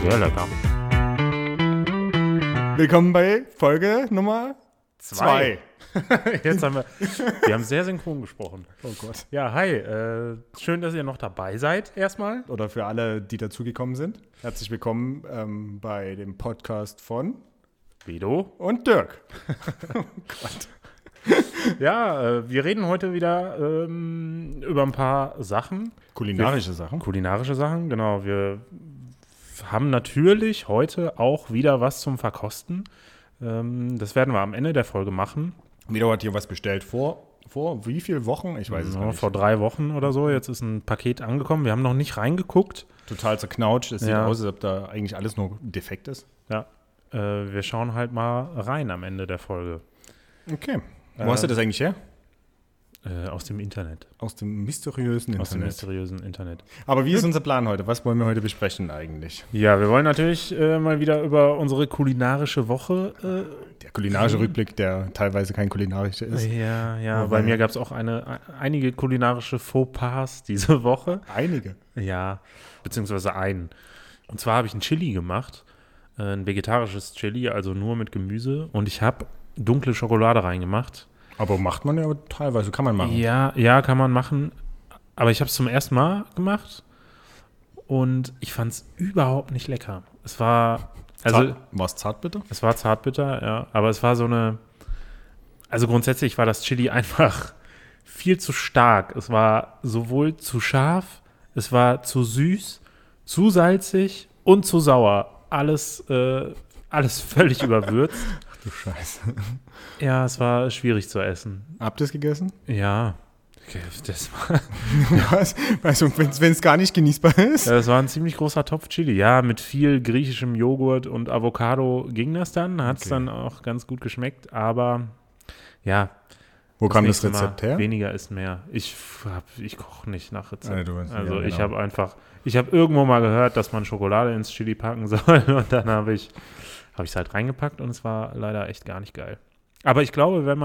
Sehr lecker. Willkommen bei Folge Nummer 2. Jetzt haben wir haben sehr synchron gesprochen. Oh Gott. Ja, hi. Schön, dass ihr noch dabei seid erstmal. Oder für alle, die dazugekommen sind. Herzlich willkommen bei dem Podcast von Bedo. und Dirk. Oh Gott. Ja, wir reden heute wieder über ein paar Sachen. Kulinarische Sachen. Kulinarische Sachen, genau. Wir haben natürlich heute auch wieder was zum Verkosten. Das werden wir am Ende der Folge machen. Mido hat hier was bestellt vor wie vielen Wochen? Ich weiß es gar nicht. Vor 3 Wochen oder so. Jetzt ist ein Paket angekommen. Wir haben noch nicht reingeguckt. Total zerknautscht. Es sieht aus, als ob da eigentlich alles nur defekt ist. Ja, wir schauen halt mal rein am Ende der Folge. Okay. Wo hast du das eigentlich her? Aus dem Internet. Aus dem mysteriösen Internet. Aus dem mysteriösen Internet. Aber wie ist unser Plan heute? Was wollen wir heute besprechen eigentlich? Ja, wir wollen natürlich mal wieder über unsere kulinarische Woche. Der kulinarische Rückblick, der teilweise kein kulinarischer ist. Ja. Bei mir gab es auch einige kulinarische Fauxpas diese Woche. Einige? Ja, beziehungsweise einen. Und zwar habe ich ein Chili gemacht. Ein vegetarisches Chili, also nur mit Gemüse. Und ich habe dunkle Schokolade reingemacht. Aber macht man ja teilweise, kann man machen. Ja, kann man machen. Aber ich habe es zum ersten Mal gemacht und ich fand es überhaupt nicht lecker. Es war, war es zartbitter? Es war zartbitter, ja. Aber es war also grundsätzlich war das Chili einfach viel zu stark. Es war sowohl zu scharf, es war zu süß, zu salzig und zu sauer. Alles völlig überwürzt. Du Scheiße. Ja, es war schwierig zu essen. Habt ihr es gegessen? Ja. Das war weißt du, wenn es gar nicht genießbar ist? Ja, das war ein ziemlich großer Topf Chili. Ja, mit viel griechischem Joghurt und Avocado ging das dann. Hat es dann auch ganz gut geschmeckt. Aber ja. Wo kam das Rezept her? Weniger ist mehr. Ich koche nicht nach Rezept. Genau. Ich habe irgendwo mal gehört, dass man Schokolade ins Chili packen soll. Und dann habe ich es halt reingepackt und es war leider echt gar nicht geil. Aber ich glaube, wenn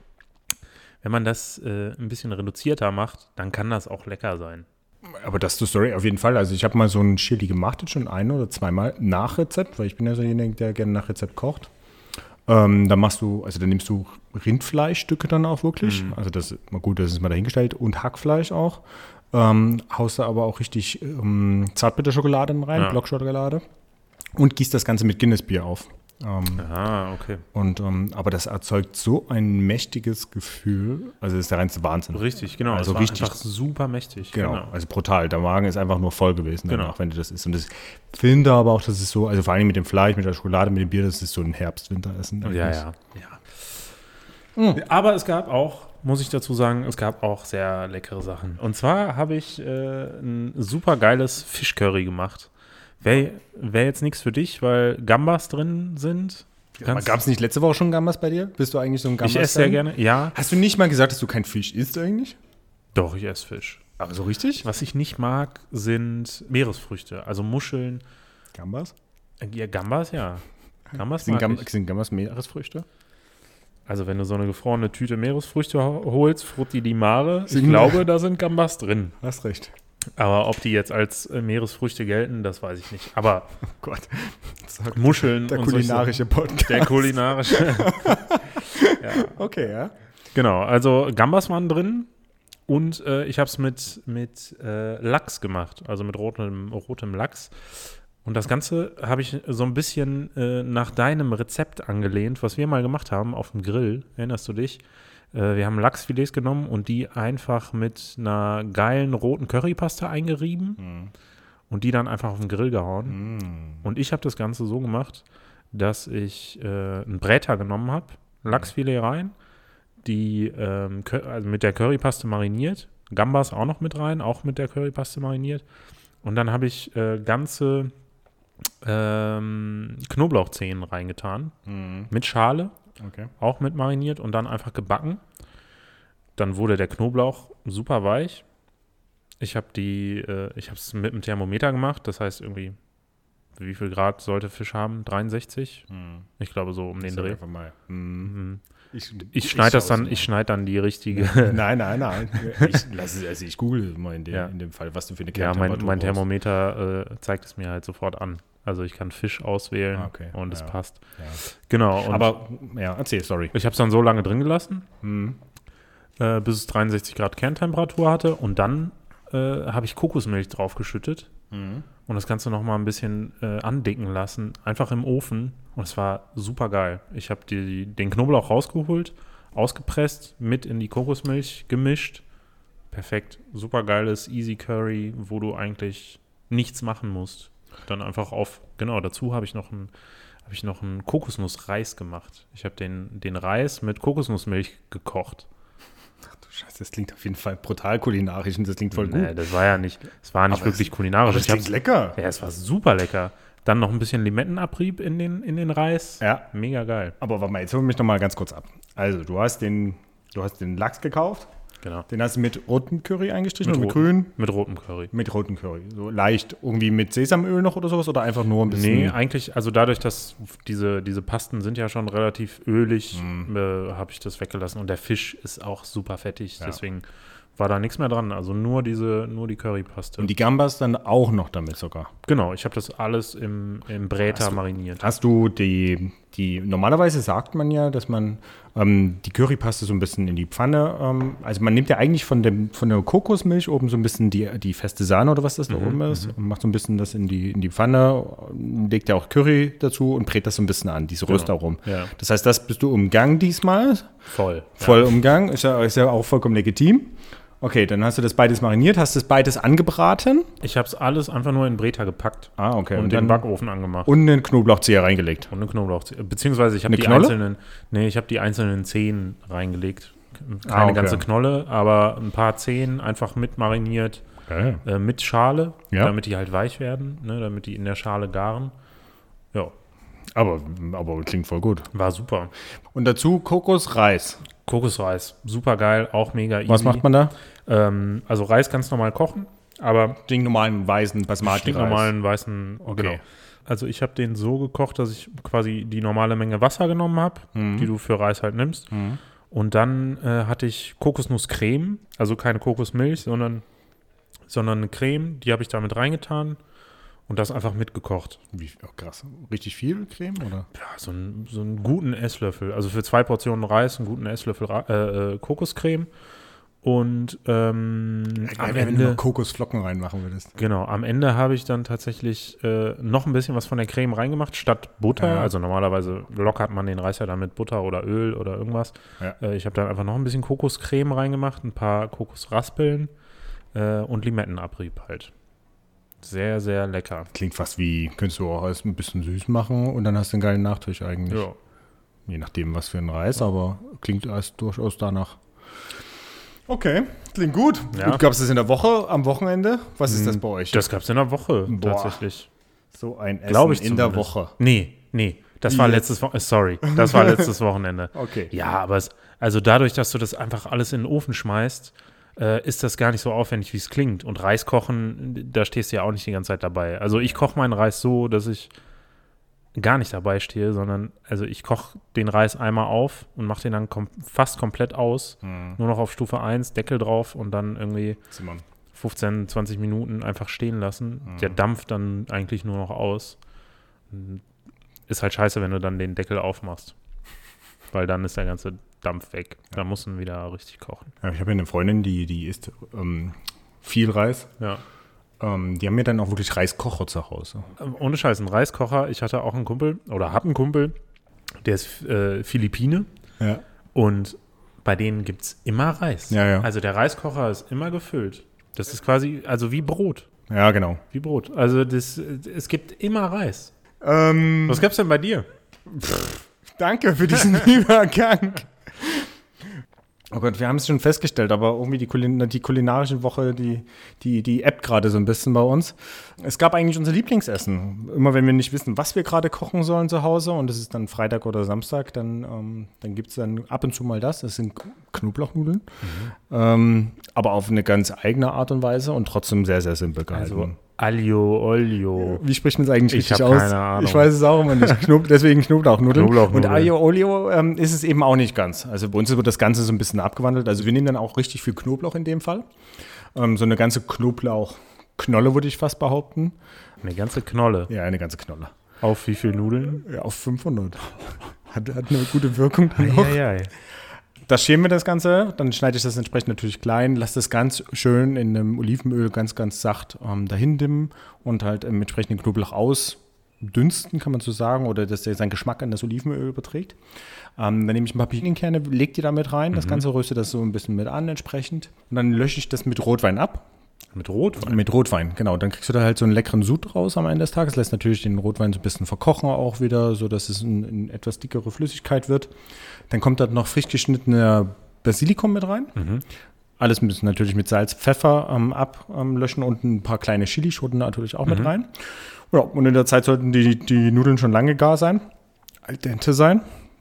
man das ein bisschen reduzierter macht, dann kann das auch lecker sein. Aber das ist die Story auf jeden Fall. Also ich habe mal so ein Chili gemacht, jetzt schon 1 oder 2 Mal nach Rezept, weil ich bin ja so derjenige, der gerne nach Rezept kocht. Dann nimmst du Rindfleischstücke dann auch wirklich. Also das ist mal dahingestellt. Und Hackfleisch auch. Haust da aber auch richtig Zartbitterschokolade rein, Blockschokolade. Und gießt das Ganze mit Guinness-Bier auf. Okay. Und aber das erzeugt so ein mächtiges Gefühl. Also das ist der reinste Wahnsinn. Richtig, genau. Also war richtig einfach super mächtig. Genau, also brutal. Der Magen ist einfach nur voll gewesen danach, Genau. wenn du das isst. Und das finde aber auch, das ist so, also vor allem mit dem Fleisch, mit der Schokolade, mit dem Bier, das ist so ein Herbst-Winter-Essen. Ja. Aber es gab auch, muss ich dazu sagen, sehr leckere Sachen. Und zwar habe ich ein super geiles Fischcurry gemacht. Wäre jetzt nichts für dich, weil Gambas drin sind. Gab es nicht letzte Woche schon Gambas bei dir? Bist du eigentlich so ein Gambas? Ich esse sehr gerne, ja. Hast du nicht mal gesagt, dass du kein Fisch isst eigentlich? Doch, ich esse Fisch. Aber so richtig? Was ich nicht mag, sind Meeresfrüchte, also Muscheln. Gambas? Ja, Gambas, ja. Gambas Sind Gambas Meeresfrüchte? Also wenn du so eine gefrorene Tüte Meeresfrüchte holst, Frutti di Mare, ich glaube, da sind Gambas drin. Hast recht. Aber ob die jetzt als Meeresfrüchte gelten, das weiß ich nicht. Aber oh Gott. Muscheln der und kulinarische Podcast. Der kulinarische. Ja. Okay, ja. Genau, also Gambas waren drin und ich habe es mit Lachs gemacht, also mit rotem Lachs. Und das Ganze habe ich so ein bisschen nach deinem Rezept angelehnt, was wir mal gemacht haben auf dem Grill. Erinnerst du dich? Wir haben Lachsfilets genommen und die einfach mit einer geilen roten Currypaste eingerieben und die dann einfach auf den Grill gehauen. Und ich habe das Ganze so gemacht, dass ich einen Bräter genommen habe, Lachsfilet rein, die also mit der Currypaste mariniert, Gambas auch noch mit rein, auch mit der Currypaste mariniert. Und dann habe ich ganze Knoblauchzehen reingetan, mit Schale. Okay. Auch mit mariniert und dann einfach gebacken. Dann wurde der Knoblauch super weich. Ich habe es mit dem Thermometer gemacht. Das heißt irgendwie, wie viel Grad sollte Fisch haben? 63? Ich glaube so um den Dreh. Einfach mal. Ich schneide dann die richtige. Nein. Ich google mal in dem Fall, was du für eine Kerntemperatur mein Thermometer zeigt es mir halt sofort an. Also ich kann Fisch auswählen und es passt. Ja. Genau. Und Aber, ja, erzähl, sorry. ich habe es dann so lange drin gelassen, bis es 63 Grad Kerntemperatur hatte. Und dann habe ich Kokosmilch draufgeschüttet und das Ganze nochmal ein bisschen andicken lassen. Einfach im Ofen. Und es war super geil. Ich habe den Knoblauch rausgeholt, ausgepresst, mit in die Kokosmilch gemischt. Perfekt. Super geiles Easy Curry, wo du eigentlich nichts machen musst. Dann einfach dazu habe ich noch einen Kokosnussreis gemacht. Ich habe den Reis mit Kokosnussmilch gekocht. Ach du Scheiße, das klingt auf jeden Fall brutal kulinarisch und das klingt voll gut. Nee, das war nicht wirklich kulinarisch. Aber das klingt lecker. Ja, es war super lecker. Dann noch ein bisschen Limettenabrieb in den Reis. Ja. Mega geil. Aber warte mal, jetzt holen wir mich noch mal ganz kurz ab. Also, du hast den Lachs gekauft. Genau. Den hast du mit rotem Curry eingestrichen Mit oder mit rotem. grün? Mit rotem Curry. Mit rotem Curry. So leicht irgendwie mit Sesamöl noch oder sowas oder einfach nur ein bisschen? Nee, eigentlich, also dadurch, dass diese Pasten sind ja schon relativ ölig, habe ich das weggelassen. Und der Fisch ist auch super fettig, deswegen war da nichts mehr dran. Also nur die Currypaste. Und die Gambas dann auch noch damit sogar? Genau, ich habe das alles im Bräter mariniert. Hast du normalerweise sagt man ja, dass man die Currypaste so ein bisschen in die Pfanne, also man nimmt ja eigentlich von der Kokosmilch oben so ein bisschen die feste Sahne oder was das da oben ist und macht so ein bisschen das in die Pfanne, legt ja auch Curry dazu und brät das so ein bisschen an, diese Röstaromen. Ja. Das heißt, das bist du umgangen diesmal? Voll Umgang, ist ja auch vollkommen legitim. Okay, dann hast du das beides mariniert, hast das beides angebraten? Ich habe es alles einfach nur in den Bräter gepackt. Okay. Und den Backofen angemacht. Und den Knoblauchzehe reingelegt. Und eine Knoblauchzehe. Beziehungsweise ich habe die einzelnen Zehen reingelegt. Keine ganze Knolle, aber ein paar Zehen einfach mit mariniert. Mit Schale, damit die halt weich werden, ne, damit die in der Schale garen. Ja. Aber klingt voll gut. War super. Und dazu Kokosreis. Kokosreis, super geil, auch mega easy. Was macht man da? Also Reis ganz normal kochen, aber Stinknormalen weißen Basmati-Reis. Stinknormalen weißen, genau. Also ich habe den so gekocht, dass ich quasi die normale Menge Wasser genommen habe, die du für Reis halt nimmst. Und dann hatte ich Kokosnusscreme, also keine Kokosmilch, sondern eine Creme, die habe ich da mit reingetan und das einfach mitgekocht. Krass. Richtig viel Creme, oder? Ja, so einen guten Esslöffel. Also für 2 Portionen Reis einen guten Esslöffel Kokoscreme. Und am wenn du noch Kokosflocken reinmachen würdest. Genau, am Ende habe ich dann tatsächlich noch ein bisschen was von der Creme reingemacht, statt Butter. Ja. Also normalerweise lockert man den Reis ja dann mit Butter oder Öl oder irgendwas. Ja. Ich habe dann einfach noch ein bisschen Kokoscreme reingemacht, ein paar Kokosraspeln und Limettenabrieb halt. Sehr, sehr lecker. Klingt fast wie, könntest du auch alles ein bisschen süß machen und dann hast du einen geilen Nachtisch eigentlich. Ja. Je nachdem, was für ein Reis, aber klingt alles durchaus danach. Okay, klingt gut. Ja. Gab es das in der Woche, am Wochenende? Was ist das bei euch? Das gab es in der Woche tatsächlich. So ein Essen Glaube ich in der Woche. Nee. Das war letztes Wochenende. Okay. Ja, aber also dadurch, dass du das einfach alles in den Ofen schmeißt, ist das gar nicht so aufwendig, wie es klingt. Und Reis kochen, da stehst du ja auch nicht die ganze Zeit dabei. Also ich koche meinen Reis so, dass ich gar nicht dabei stehe, sondern also ich koche den Reis einmal auf und mache den dann fast komplett aus. Nur noch auf Stufe 1, Deckel drauf und dann irgendwie 15, 20 Minuten einfach stehen lassen. Der dampft dann eigentlich nur noch aus. Ist halt scheiße, wenn du dann den Deckel aufmachst. Weil dann ist der ganze Dampf weg. Ja. Da muss man wieder richtig kochen. Ja, ich habe ja eine Freundin, die isst viel Reis. Ja. Die haben mir dann auch wirklich Reiskocher zu Hause. Ohne Scheiß, ein Reiskocher. Ich hatte auch einen Kumpel, oder habe einen Kumpel, der ist Philippine. Ja. Und bei denen gibt es immer Reis. Ja. Also der Reiskocher ist immer gefüllt. Das ist quasi, also wie Brot. Ja, genau. Wie Brot. Also es gibt immer Reis. Was gab's denn bei dir? Danke für diesen Übergang. Oh Gott, wir haben es schon festgestellt, aber irgendwie die kulinarische Woche, die ebbt gerade so ein bisschen bei uns. Es gab eigentlich unser Lieblingsessen. Immer wenn wir nicht wissen, was wir gerade kochen sollen zu Hause und es ist dann Freitag oder Samstag, dann gibt es dann ab und zu mal das. Das sind Knoblauchnudeln, aber auf eine ganz eigene Art und Weise und trotzdem sehr, sehr simpel gehalten. Also Aglio, Olio. Wie spricht man es eigentlich richtig aus? Ich habe keine Ahnung. Ich weiß es auch immer nicht. Deswegen Knoblauchnudeln. Knoblauchnudeln. Und Aglio, Olio ist es eben auch nicht ganz. Also bei uns wird das Ganze so ein bisschen abgewandelt. Also wir nehmen dann auch richtig viel Knoblauch in dem Fall. So eine ganze Knoblauch Knolle, würde ich fast behaupten. Eine ganze Knolle. Ja, eine ganze Knolle. Auf wie viel Nudeln? Ja, auf 500. Hat eine gute Wirkung dann noch. Eieiei. Das schälen wir das Ganze, dann schneide ich das entsprechend natürlich klein, lasse das ganz schön in einem Olivenöl ganz, ganz sacht dahin dimmen und halt im entsprechenden Knoblauch ausdünsten, kann man so sagen, oder dass der seinen Geschmack an das Olivenöl überträgt. Dann nehme ich ein paar Pinienkerne, lege die da mit rein, das Ganze röste das so ein bisschen mit an entsprechend und dann lösche ich das mit Rotwein ab. Mit Rotwein? Mit Rotwein, genau. Dann kriegst du da halt so einen leckeren Sud raus am Ende des Tages. Lässt natürlich den Rotwein so ein bisschen verkochen auch wieder, sodass es eine etwas dickere Flüssigkeit wird. Dann kommt da noch frisch geschnittener Basilikum mit rein. Alles natürlich mit Salz, Pfeffer ablöschen und ein paar kleine Chilischoten natürlich auch mit rein. Ja, und in der Zeit sollten die Nudeln schon lange gar sein, al dente sein.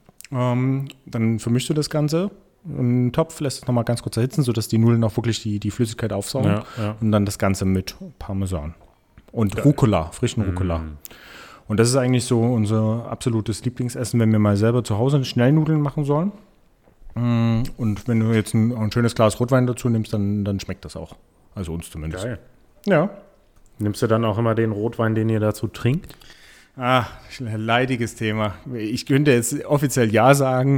Dann vermischst du das Ganze. Einen Topf, lässt es nochmal ganz kurz erhitzen, sodass die Nudeln auch wirklich die Flüssigkeit aufsaugen. Ja. Und dann das Ganze mit Parmesan. Und Rucola, frischen Rucola. Und das ist eigentlich so unser absolutes Lieblingsessen, wenn wir mal selber zu Hause Schnellnudeln machen sollen. Und wenn du jetzt ein schönes Glas Rotwein dazu nimmst, dann schmeckt das auch. Also uns zumindest. Geil. Ja. Nimmst du dann auch immer den Rotwein, den ihr dazu trinkt? Leidiges Thema. Ich könnte jetzt offiziell ja sagen,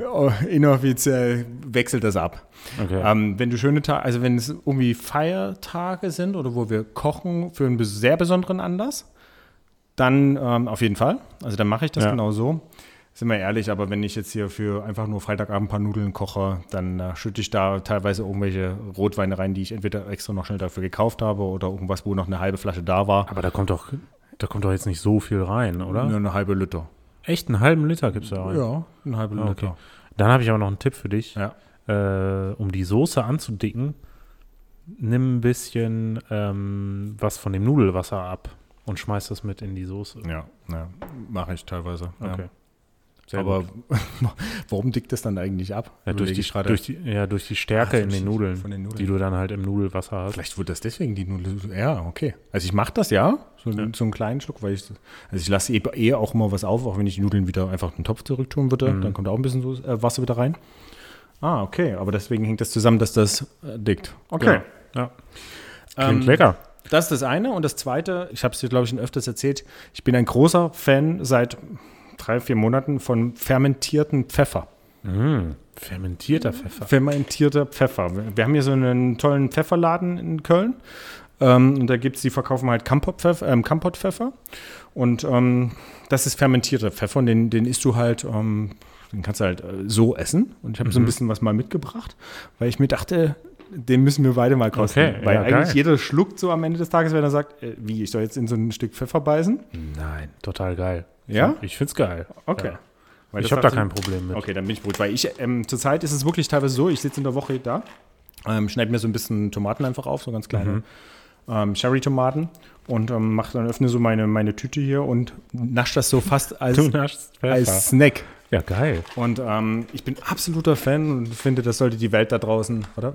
inoffiziell wechselt das ab. Okay. Wenn du schöne Tage, also wenn es irgendwie Feiertage sind oder wo wir kochen für einen sehr besonderen Anlass, dann auf jeden Fall. Also dann mache ich das genau so. Sind wir ehrlich, aber wenn ich jetzt hier für einfach nur Freitagabend ein paar Nudeln koche, dann schütte ich da teilweise irgendwelche Rotweine rein, die ich entweder extra noch schnell dafür gekauft habe oder irgendwas, wo noch eine halbe Flasche da war. Aber da kommt doch jetzt nicht so viel rein, oder? Nur eine halbe Liter. Echt, einen halben Liter gibst du da rein? Ja, eine halbe Liter. Okay. Dann habe ich aber noch einen Tipp für dich. Ja. Um die Soße anzudicken, nimm ein bisschen was von dem Nudelwasser ab und schmeiß das mit in die Soße. Ja, mache ich teilweise. Okay. Ja. Sehr Aber gut. warum dickt das dann eigentlich ab? Ja, durch die Stärke in den Nudeln, von den Nudeln, die du dann halt im Nudelwasser hast. Vielleicht wird das deswegen die Nudeln. Ja, okay. Also ich mache das so einen kleinen Schluck, weil ich lasse auch immer was auf, auch wenn ich die Nudeln wieder einfach in den Topf zurück tun würde. Dann kommt auch ein bisschen Wasser wieder rein. Okay. Aber deswegen hängt das zusammen, dass das dickt. Okay. Genau. Ja. Klingt lecker. Das ist das eine. Und das zweite, ich habe es dir, glaube ich, schon öfters erzählt, ich bin ein großer Fan seit 3-4 Monaten von fermentierten Pfeffer. Fermentierter Pfeffer. Fermentierter Pfeffer. Wir haben hier so einen tollen Pfefferladen in Köln. Und da die verkaufen halt Kampotpfeffer. Und das ist fermentierter Pfeffer. Und den isst du halt, den kannst du halt so essen. Und ich habe so ein bisschen was mal mitgebracht, weil ich mir dachte, den müssen wir beide mal kosten. Okay, weil eigentlich geil. jeder schluckt so am Ende des Tages, wenn er sagt, wie, ich soll jetzt in so ein Stück Pfeffer beißen? Nein, total geil. Ja? Ich find's geil. Okay. Ja. Weil Ich das habe da dachte kein Problem mit. Okay, dann bin ich beruhigt. Weil zurzeit ist es wirklich teilweise so, ich sitze in der Woche da, schneide mir so ein bisschen Tomaten einfach auf, so ganz kleine Cherry-Tomaten und öffne so meine Tüte hier und nasche das so fast als Snack. Ja, geil. Und ich bin absoluter Fan und finde, das sollte die Welt da draußen, oder?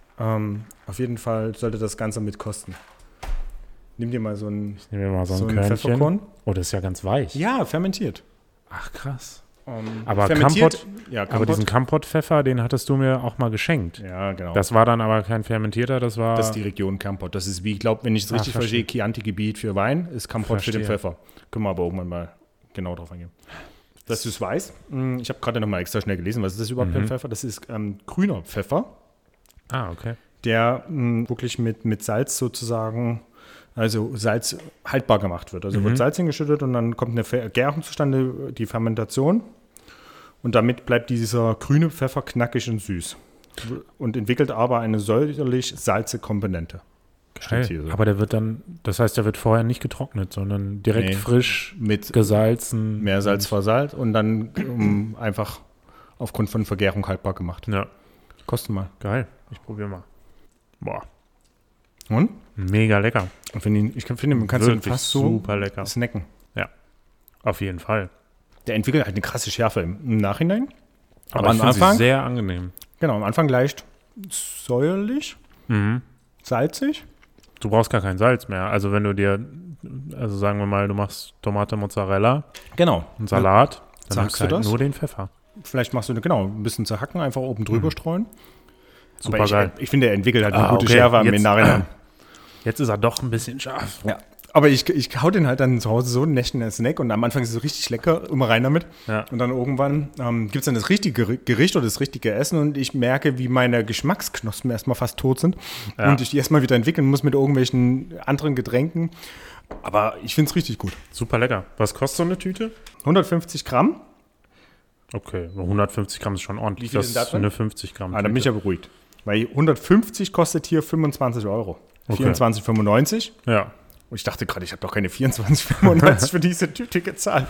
Auf jeden Fall sollte das Ganze mit kosten. Nimm dir mal so ein Körnchen. Pfefferkorn. Oh, das ist ja ganz weich. Ja, fermentiert. Ach, krass. Aber fermentiert, aber diesen Kampot-Pfeffer, den hattest du mir auch mal geschenkt. Ja, genau. Das war dann aber kein fermentierter, das ist die Region Kampot. Das ist, wie ich glaube, wenn ich es richtig verstehe, Chianti-Gebiet für Wein, ist Kampot für den Pfeffer. Können wir aber irgendwann mal genau drauf eingehen. Dass du es weißt, ich habe gerade noch mal extra schnell gelesen, was ist das überhaupt für ein Pfeffer? Das ist grüner Pfeffer. Okay. Der wirklich mit Salz sozusagen, also Salz haltbar gemacht wird. Also wird Salz hingeschüttet und dann kommt eine Gärung zustande, die Fermentation. Und damit bleibt dieser grüne Pfeffer knackig und süß. Und entwickelt aber eine säuerlich-salzige Komponente. Geil. Aber der wird vorher nicht getrocknet, sondern direkt frisch mit gesalzen. Mehr Salz vor Salz und dann einfach aufgrund von Vergärung haltbar gemacht. Ja. Kosten mal. Geil. Ich probiere mal. Boah. Und? Mega lecker. Ich finde, man kann es fast so super lecker snacken. Ja, auf jeden Fall. Der entwickelt halt eine krasse Schärfe im Nachhinein. Aber am Anfang sehr angenehm. Genau, am Anfang leicht säuerlich, salzig. Du brauchst gar kein Salz mehr. Also wenn du sagen wir mal, du machst Tomate Mozzarella, genau, einen Salat, dann nimmst du halt nur den Pfeffer. Vielleicht machst du ein bisschen zerhacken, einfach oben drüber streuen. Super geil. Ich finde, er entwickelt halt eine gute Schärfe im Nachhinein. Jetzt ist er doch ein bisschen scharf. Ja. Aber ich hau den halt dann zu Hause so ein nächten Snack und am Anfang ist es so richtig lecker, immer rein damit. Ja. Und dann irgendwann gibt es dann das richtige Gericht oder das richtige Essen und ich merke, wie meine Geschmacksknospen erstmal fast tot sind und ich die erstmal wieder entwickeln muss mit irgendwelchen anderen Getränken. Aber ich finde es richtig gut. Super lecker. Was kostet so eine Tüte? 150 Gramm. Okay, 150 Gramm ist schon ordentlich. Wie viel Das sind da ist drin? eine 50 Gramm Da bin ich ja beruhigt. Weil 150 kostet hier 25 Euro. Okay. 24,95. Ja. Und ich dachte gerade, ich habe doch keine 24,95 für diese Tüte gezahlt.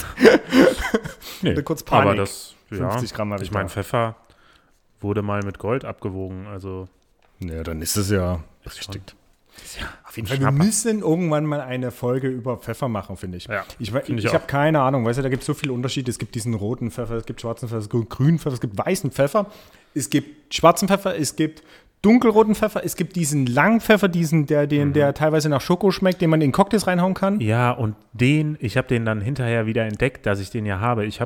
Nee, kurz Panik. aber das, 50 Gramm habe ich ich meine, da. Pfeffer wurde mal mit Gold abgewogen, also Ja, dann ist es ja richtig. Auf jeden Fall, wir müssen irgendwann mal eine Folge über Pfeffer machen, finde ich. Ja, ich finde ich ich auch. habe keine Ahnung, weißt du, da gibt es so viele Unterschiede. Es gibt diesen roten Pfeffer, es gibt schwarzen Pfeffer, es gibt grünen Pfeffer, es gibt weißen Pfeffer, es gibt schwarzen Pfeffer, es gibt dunkelroten Pfeffer, es gibt diesen langen Pfeffer, der teilweise nach Schoko schmeckt, den man in Cocktails reinhauen kann. Ja, und ich habe den dann hinterher wieder entdeckt, dass ich den ja habe. Ich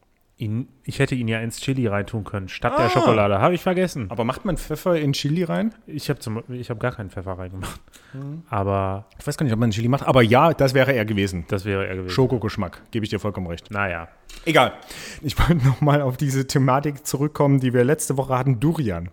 hätte ihn ja ins Chili reintun können, statt der Schokolade. Habe ich vergessen. Aber macht man Pfeffer in Chili rein? Ich habe gar keinen Pfeffer reingemacht. Aber Ich weiß gar nicht, ob man Chili macht, aber ja, das wäre er gewesen. das wäre er gewesen. Schokogeschmack, gebe ich dir vollkommen recht. Naja. Egal. Ich wollte nochmal auf diese Thematik zurückkommen, die wir letzte Woche hatten, Durian.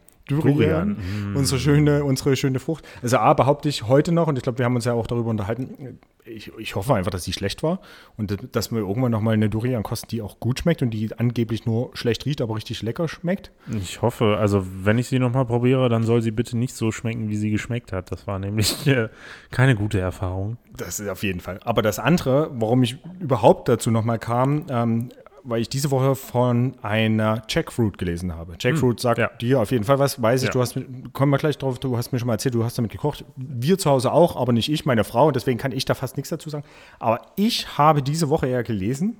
Unsere schöne Frucht. Also behaupte ich heute noch, und ich glaube, wir haben uns ja auch darüber unterhalten, ich hoffe einfach, dass die schlecht war und dass wir irgendwann nochmal eine Durian kosten, die auch gut schmeckt und die angeblich nur schlecht riecht, aber richtig lecker schmeckt. Ich hoffe, also wenn ich sie nochmal probiere, dann soll sie bitte nicht so schmecken, wie sie geschmeckt hat. Das war nämlich keine gute Erfahrung. Das ist auf jeden Fall. Aber das andere, warum ich überhaupt dazu nochmal kam, weil ich diese Woche von einer Jackfruit gelesen habe. Jackfruit sagt dir auf jeden Fall was, weiß ich, kommen wir gleich drauf, du hast mir schon mal erzählt, du hast damit gekocht. Wir zu Hause auch, aber nicht ich, meine Frau, und deswegen kann ich da fast nichts dazu sagen. Aber ich habe diese Woche eher gelesen,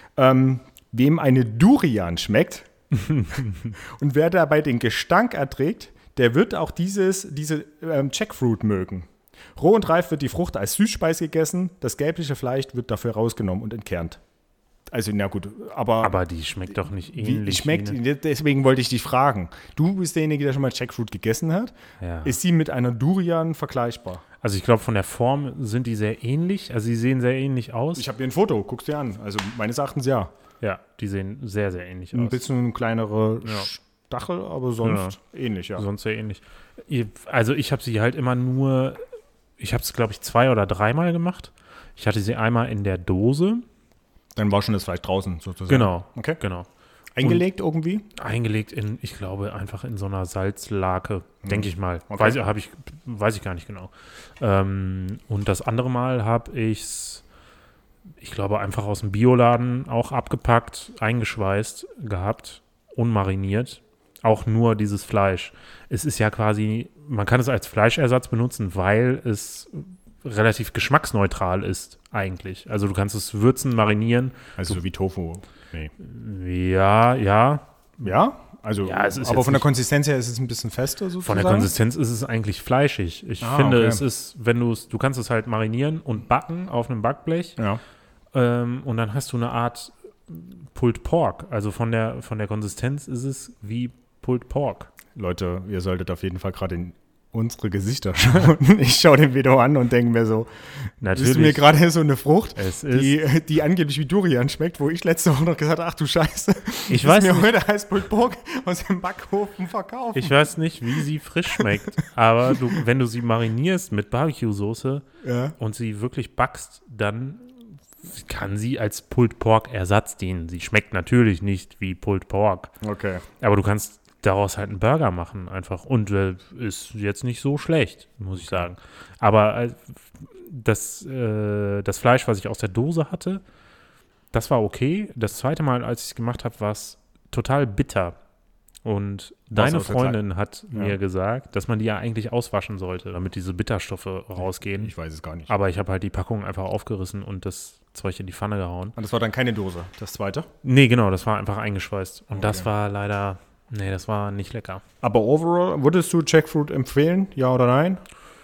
wem eine Durian schmeckt und wer dabei den Gestank erträgt, der wird auch diese Jackfruit mögen. Roh und reif wird die Frucht als Süßspeise gegessen, das gelbliche Fleisch wird dafür rausgenommen und entkernt. Also, na gut, aber die schmeckt doch nicht ähnlich. Deswegen wollte ich dich fragen. Du bist derjenige, der schon mal Jackfruit gegessen hat. Ja. Ist sie mit einer Durian vergleichbar? Also ich glaube, von der Form sind die sehr ähnlich. Also sie sehen sehr ähnlich aus. Ich habe hier ein Foto, guck's dir an. Also meines Erachtens ja. Ja, die sehen sehr, sehr ähnlich aus. Ein bisschen kleinere Stachel, aber sonst ähnlich, ja. Sonst sehr ähnlich. Also ich habe sie halt immer nur, ich habe es, glaube ich, 2 oder 3 Mal gemacht. Ich hatte sie einmal in der Dose. Dann war schon das Fleisch draußen sozusagen. Genau. Okay. Genau. Eingelegt irgendwie? Eingelegt ich glaube, einfach in so einer Salzlake, denke ich mal. Okay. Weiß ich gar nicht genau. Und das andere Mal habe ich es, ich glaube, einfach aus dem Bioladen auch abgepackt, eingeschweißt gehabt, unmariniert. Auch nur dieses Fleisch. Es ist ja quasi, man kann es als Fleischersatz benutzen, weil es relativ geschmacksneutral ist eigentlich. Also du kannst es würzen, marinieren. Also so wie Tofu. Nee. Ja. Ja? Also, ja, es ist aber jetzt von der nicht, Konsistenz her ist es ein bisschen fester sozusagen? Von der Konsistenz ist es eigentlich fleischig. Ich finde, okay. es ist, du kannst es halt marinieren und backen auf einem Backblech. Ja. Und dann hast du eine Art Pulled Pork. Also von der Konsistenz ist es wie Pulled Pork. Leute, ihr solltet auf jeden Fall gerade in unsere Gesichter schauen. Ich schaue den Video an und denke mir so, Natürlich. ist mir gerade so eine Frucht, Es die angeblich wie Durian schmeckt, wo ich letzte Woche noch gesagt habe, ach du Scheiße, Ich weiß mir nicht. heute heißt Pulled Pork aus dem Backofen verkaufen. Ich weiß nicht, wie sie frisch schmeckt, aber wenn du sie marinierst mit Barbecue-Soße und sie wirklich backst, dann kann sie als Pulled Pork Ersatz dienen. Sie schmeckt natürlich nicht wie Pulled Pork, Okay. aber du kannst daraus halt einen Burger machen einfach und ist jetzt nicht so schlecht, muss ich sagen. Aber das Fleisch, was ich aus der Dose hatte, das war okay. Das zweite Mal, als ich es gemacht habe, war es total bitter. Und deine Freundin hat mir gesagt, dass man die ja eigentlich auswaschen sollte, damit diese Bitterstoffe rausgehen. Ich weiß es gar nicht. Aber ich habe halt die Packung einfach aufgerissen und das Zeug in die Pfanne gehauen. Und das war dann keine Dose, das zweite? Nee, genau, das war einfach eingeschweißt. Und Okay. das war leider, das war nicht lecker. Aber overall, würdest du Jackfruit empfehlen, ja oder nein?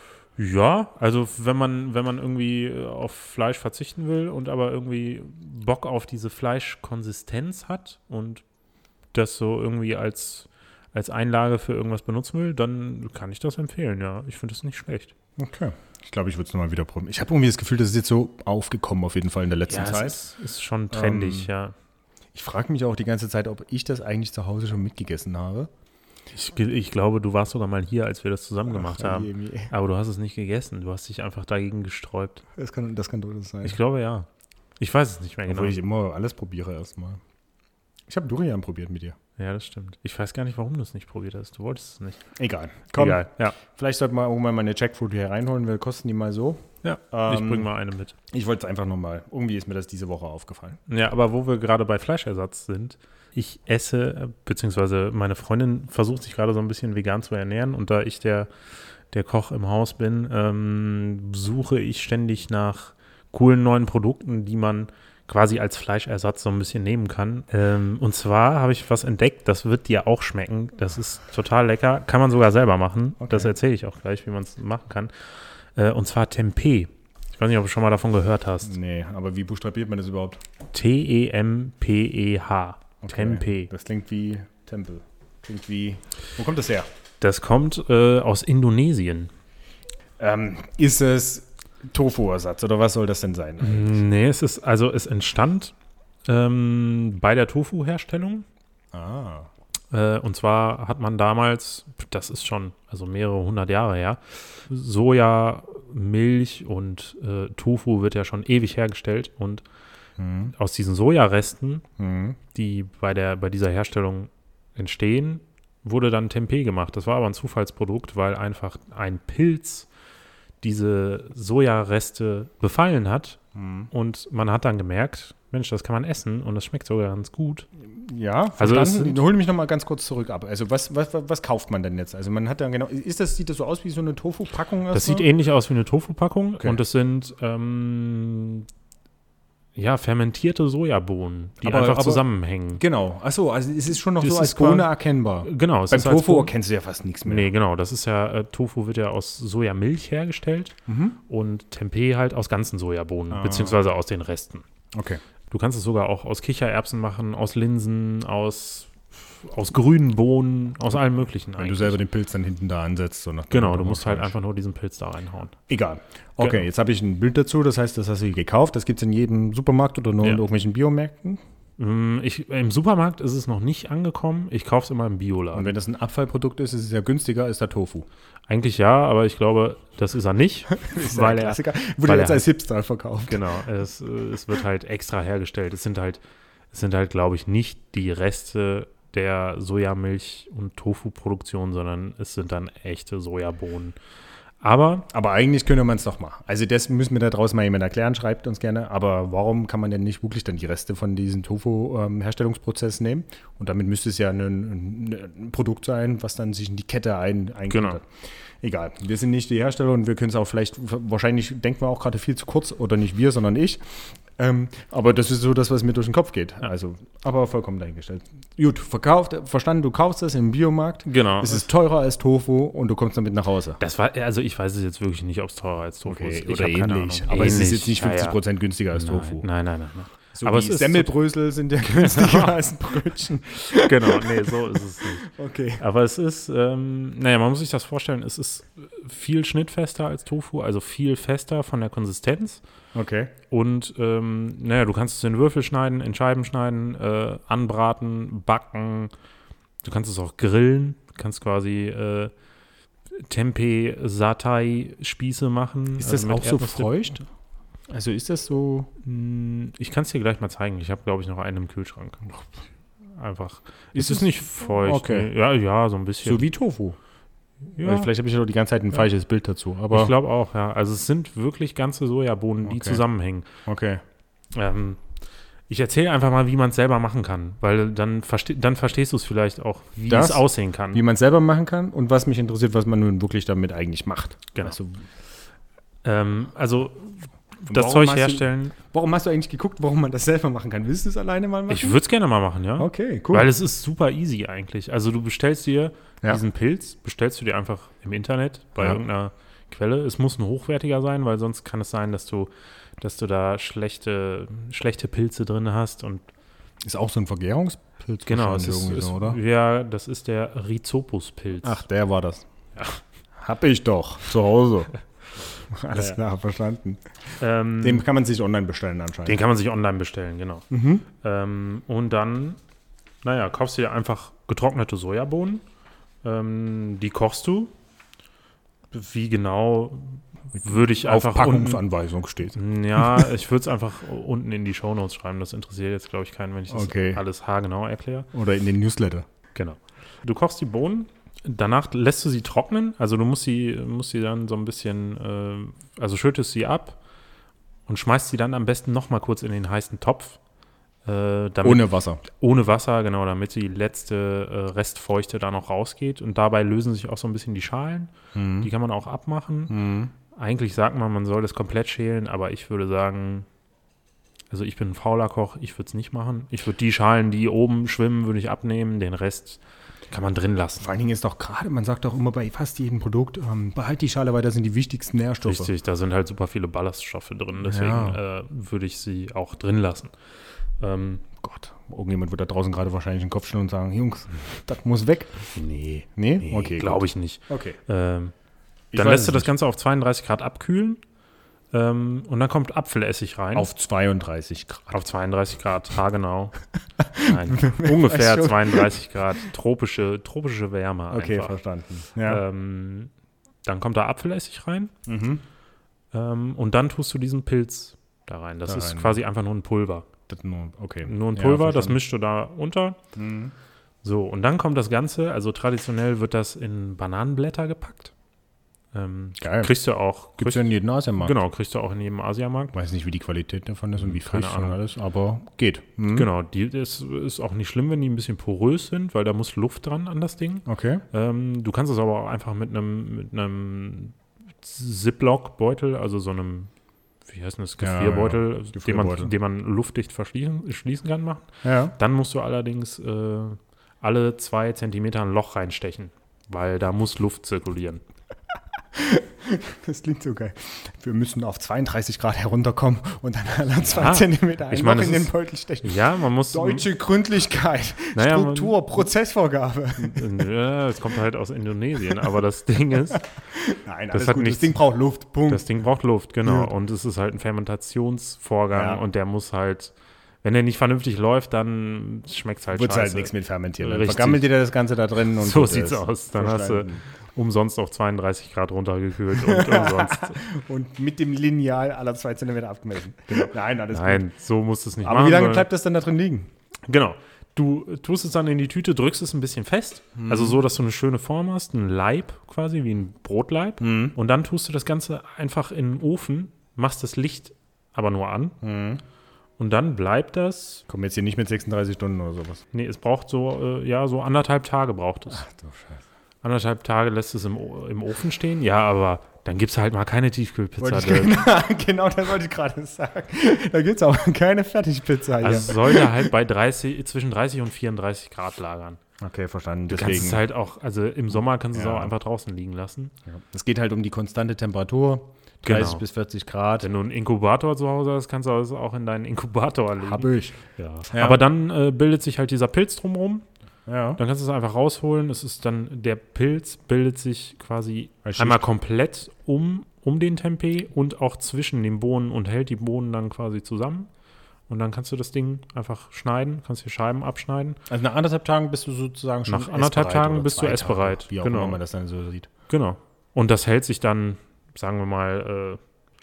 Ja, also wenn man irgendwie auf Fleisch verzichten will und aber irgendwie Bock auf diese Fleischkonsistenz hat und das so irgendwie als Einlage für irgendwas benutzen will, dann kann ich das empfehlen, ja. Ich finde das nicht schlecht. Okay. Ich glaube, ich würde es nochmal wieder probieren. Ich habe irgendwie das Gefühl, das ist jetzt so aufgekommen auf jeden Fall in der letzten Zeit. Es ist schon trendig, ja. Ich frage mich auch die ganze Zeit, ob ich das eigentlich zu Hause schon mitgegessen habe. Ich glaube, du warst sogar mal hier, als wir das zusammen gemacht haben. Je. Aber du hast es nicht gegessen. Du hast dich einfach dagegen gesträubt. Das kann durchaus sein. Ich glaube, ja. Ich weiß es nicht mehr Obwohl ich immer alles probiere erstmal. Ich habe Durian probiert mit dir. Ja, das stimmt. Ich weiß gar nicht, warum du es nicht probiert hast. Du wolltest es nicht. Egal. Komm, Egal, ja. Vielleicht sollten wir irgendwann mal eine Jackfruit hier reinholen, weil kosten die mal so. Ja, ich bringe mal eine mit. Ich wollte es einfach nochmal. Irgendwie ist mir das diese Woche aufgefallen. Ja, aber wo wir gerade bei Fleischersatz sind, ich esse, beziehungsweise meine Freundin versucht sich gerade so ein bisschen vegan zu ernähren und da ich der Koch im Haus bin, suche ich ständig nach coolen neuen Produkten, die man quasi als Fleischersatz so ein bisschen nehmen kann. Und zwar habe ich was entdeckt, das wird dir auch schmecken. Das ist total lecker. Kann man sogar selber machen. Okay. Das erzähle ich auch gleich, wie man es machen kann. Und zwar Tempeh. Ich weiß nicht, ob du schon mal davon gehört hast. Nee, aber wie buchstabiert man das überhaupt? Tempeh. Okay. Tempeh. Das klingt wie Tempel. Wo kommt das her? Das kommt aus Indonesien. Ist es Tofu-Ersatz oder was soll das denn sein? Nee, es entstand bei der Tofu-Herstellung. Und zwar hat man damals, das ist schon mehrere hundert Jahre her, Soja, Milch und Tofu wird ja schon ewig hergestellt und aus diesen Sojaresten, die bei dieser Herstellung entstehen, wurde dann Tempeh gemacht. Das war aber ein Zufallsprodukt, weil einfach ein Pilz diese Sojareste befallen hat und man hat dann gemerkt, Mensch, das kann man essen und das schmeckt sogar ganz gut. Ja, verstanden. Hol mich nochmal ganz kurz zurück ab. Also was kauft man denn jetzt? Also man hat dann genau, sieht das so aus wie so eine Tofu-Packung? Das sieht ähnlich aus wie eine Tofu-Packung und es sind fermentierte Sojabohnen, die einfach zusammenhängen. Genau. Achso, also es ist schon noch so als Bohne erkennbar. Genau. Beim Tofu erkennst du ja fast nichts mehr. Nee, genau. Das ist ja, Tofu wird ja aus Sojamilch hergestellt und Tempeh halt aus ganzen Sojabohnen, beziehungsweise aus den Resten. Okay. Du kannst es sogar auch aus Kichererbsen machen, aus Linsen, aus grünen Bohnen, aus allem Möglichen. Wenn du selber den Pilz dann hinten da ansetzt. So genau, du musst halt einfach nur diesen Pilz da reinhauen. Egal. Okay, genau. Jetzt habe ich ein Bild dazu, das heißt, das hast du gekauft. Das gibt es in jedem Supermarkt oder nur in irgendwelchen Biomärkten? Im Supermarkt ist es noch nicht angekommen. Ich kaufe es immer im Bioladen. Und wenn das ein Abfallprodukt ist es ja günstiger, ist der Tofu. Eigentlich ja, aber ich glaube, das ist er nicht. Weil er wurde jetzt als Hipster verkauft. Genau, es wird halt extra hergestellt. Es sind halt, glaube ich, nicht die Reste der Sojamilch- und Tofu-Produktion, sondern es sind dann echte Sojabohnen. Aber eigentlich könnte man es doch machen. Also das müssen wir da draußen mal jemand erklären, schreibt uns gerne. Aber warum kann man denn nicht wirklich dann die Reste von diesem Tofu-Herstellungsprozess nehmen? Und damit müsste es ja ein Produkt sein, was dann sich in die Kette eingliedert. Genau. Egal, wir sind nicht die Hersteller und wir können es auch wahrscheinlich denken wir auch gerade viel zu kurz, oder nicht wir, sondern ich. Aber das ist so das, was mir durch den Kopf geht. Also, aber vollkommen dahingestellt. Gut, verstanden, du kaufst das im Biomarkt. Genau. Es ist teurer als Tofu und du kommst damit nach Hause. Ich weiß es jetzt wirklich nicht, ob es teurer als Tofu ist. Oder ähnlich. Aber es ist jetzt nicht 50% günstiger als Tofu. Nein. So aber die Semmelbrösel sind ja günstiger als ein Brötchen. Genau, nee, so ist es nicht. Okay. Aber es ist, man muss sich das vorstellen, es ist viel schnittfester als Tofu, also viel fester von der Konsistenz. Okay. Und, du kannst es in Würfel schneiden, in Scheiben schneiden, anbraten, backen. Du kannst es auch grillen. Du kannst quasi Tempeh-Satay-Spieße machen. Ist das auch so feucht? Also ist das so? Ich kann es dir gleich mal zeigen. Ich habe, glaube ich, noch einen im Kühlschrank. Einfach. Ist es nicht feucht? Okay. Nee. Ja, so ein bisschen. So wie Tofu. Ja. Vielleicht habe ich ja doch die ganze Zeit ein falsches Bild dazu. Aber ich glaube auch, ja. Also es sind wirklich ganze Sojabohnen, die zusammenhängen. Okay. Ich erzähle einfach mal, wie man es selber machen kann, weil dann verstehst du es vielleicht auch, wie es aussehen kann. Wie man es selber machen kann und was mich interessiert, was man nun wirklich damit eigentlich macht. Genau. Also das Zeug herstellen. Warum hast du eigentlich geguckt, warum man das selber machen kann? Willst du es alleine mal machen? Ich würde es gerne mal machen, ja. Okay, cool. Weil es ist super easy eigentlich. Also du bestellst dir diesen Pilz, einfach im Internet bei irgendeiner Quelle. Es muss ein hochwertiger sein, weil sonst kann es sein, dass du da schlechte Pilze drin hast. Und ist auch so ein Vergärungspilz? Genau, oder? Ja, das ist der Rhizopus-Pilz. Ach, der war das. Ja. Hab ich doch zu Hause. Alles klar, verstanden. Den Den kann man sich online bestellen anscheinend. kann man sich online bestellen, genau. Und dann, kaufst du dir einfach getrocknete Sojabohnen. Die kochst du. Wie genau würde ich Auf einfach Packungsanweisung steht. Ja, ich würde es einfach unten in die Shownotes schreiben. Das interessiert jetzt, glaube ich, keinen, wenn ich das Okay. alles haargenau erkläre. Oder in den Newsletter. Genau. Du kochst die Bohnen, danach lässt du sie trocknen. Also du musst sie dann so ein bisschen, schüttest sie ab und schmeißt sie dann am besten noch mal kurz in den heißen Topf. Ohne Wasser. Ohne Wasser, genau, damit die letzte Restfeuchte da noch rausgeht. Und dabei lösen sich auch so ein bisschen die Schalen. Die kann man auch abmachen. Eigentlich sagt man soll das komplett schälen, aber ich würde sagen, also ich bin ein fauler Koch, ich würde es nicht machen. Ich würde die Schalen, die oben schwimmen, würde ich abnehmen. Den Rest kann man drin lassen. Vor allen Dingen ist doch gerade, man sagt doch immer bei fast jedem Produkt, behalt die Schale, weil das sind die wichtigsten Nährstoffe. Richtig, da sind halt super viele Ballaststoffe drin. Deswegen würde ich sie auch drin lassen. Gott, irgendjemand wird da draußen gerade wahrscheinlich den Kopf schütteln und sagen, Jungs, das muss weg. Nee, Okay, glaube ich nicht. Okay. Dann lässt du das Ganze auf 32 Grad abkühlen und dann kommt Apfelessig rein. Auf 32 Grad. Auf 32 Grad, haargenau. Nein, ungefähr 32 Grad, tropische Wärme einfach. Okay, verstanden. Ja. Dann kommt da Apfelessig rein und dann tust du diesen Pilz da rein. Das ist quasi einfach nur ein Pulver. Nur ein Pulver, das mischst du da unter. So, und dann kommt das Ganze, also traditionell wird das in Bananenblätter gepackt. Geil. Kriegst du auch. Gibt es ja in jedem Asiamarkt. Genau, kriegst du auch in jedem Asiamarkt. Weiß nicht, wie die Qualität davon ist und wie Keine frisch Ahnung. und alles, aber geht. Genau, das ist auch nicht schlimm, wenn die ein bisschen porös sind, weil da muss Luft dran an das Ding. Okay. Du kannst es aber auch einfach mit einem Ziploc-Beutel, also so einem, wie heißt das, Gefrierbeutel, Gefrierbeutel. Den man luftdicht schließen kann, machen. Ja. Dann musst du allerdings alle 2 Zentimeter ein Loch reinstechen, weil da muss Luft zirkulieren. Das klingt so geil. Wir müssen auf 32 Grad herunterkommen und dann alle 2 Ja, Zentimeter ein ich meine, Loch in das den Beutel stechen. Ja, man muss. Deutsche Gründlichkeit, Naja, Struktur, Prozessvorgabe. Ja, es kommt halt aus Indonesien, aber das Ding ist, Nein, Das alles hat gut. nichts- Das Ding braucht Luft, Punkt. das Ding braucht Luft, genau. Ja. Und es ist halt ein Fermentationsvorgang Ja. und der muss halt, wenn der nicht vernünftig läuft, dann schmeckt es halt Wird scheiße. halt nichts mit fermentieren. Dann Richtig. vergammelt dir das Ganze da drin. Und So gut sieht's ist. aus. Dann hast du Verstanden. umsonst auf 32 Grad runtergekühlt und umsonst. Und mit dem Lineal alle 2 Zentimeter abgemessen. Nein, alles gut. Nein, so musst du es nicht Aber machen. wie lange sondern- bleibt das dann da drin liegen? Genau. Du tust es dann in die Tüte, drückst es ein bisschen fest. Also so, dass du eine schöne Form hast, einen Leib quasi, wie ein Brotleib. Und dann tust du das Ganze einfach in den Ofen, machst das Licht aber nur an. Und dann bleibt das, Kommen jetzt hier nicht mit 36 Stunden oder sowas. nee, es braucht so, so 1,5 Tage braucht es. Du Scheiße. 1,5 Tage lässt es im Ofen stehen. Ja, aber dann gibt es halt mal keine Tiefkühlpizza. Genau, das wollte ich gerade sagen. Da gibt es auch keine Fertigpizza hier. Also es sollte halt bei zwischen 30 und 34 Grad lagern. Okay, verstanden. Du kannst es halt auch, also im Sommer kannst du es Ja. auch einfach draußen liegen lassen. Es geht halt um die konstante Temperatur. 30 Genau. bis 40 Grad. Wenn du einen Inkubator zu Hause hast, kannst du es auch in deinen Inkubator legen. Hab ich. Ja. Ja. Aber dann bildet sich halt dieser Pilz drumherum. Ja. Dann kannst du es einfach rausholen. Es ist dann, der Pilz bildet sich quasi Als einmal Schicht. komplett um den Tempeh und auch zwischen den Bohnen und hält die Bohnen dann quasi zusammen. Und dann kannst du das Ding einfach schneiden, kannst die Scheiben abschneiden. Also nach 1,5 Tagen bist du sozusagen schon Nach 1,5 Tagen oder bist du 2 essbereit. Tage, wie auch Genau. immer man das dann so sieht. Genau. Und das hält sich dann, sagen wir mal,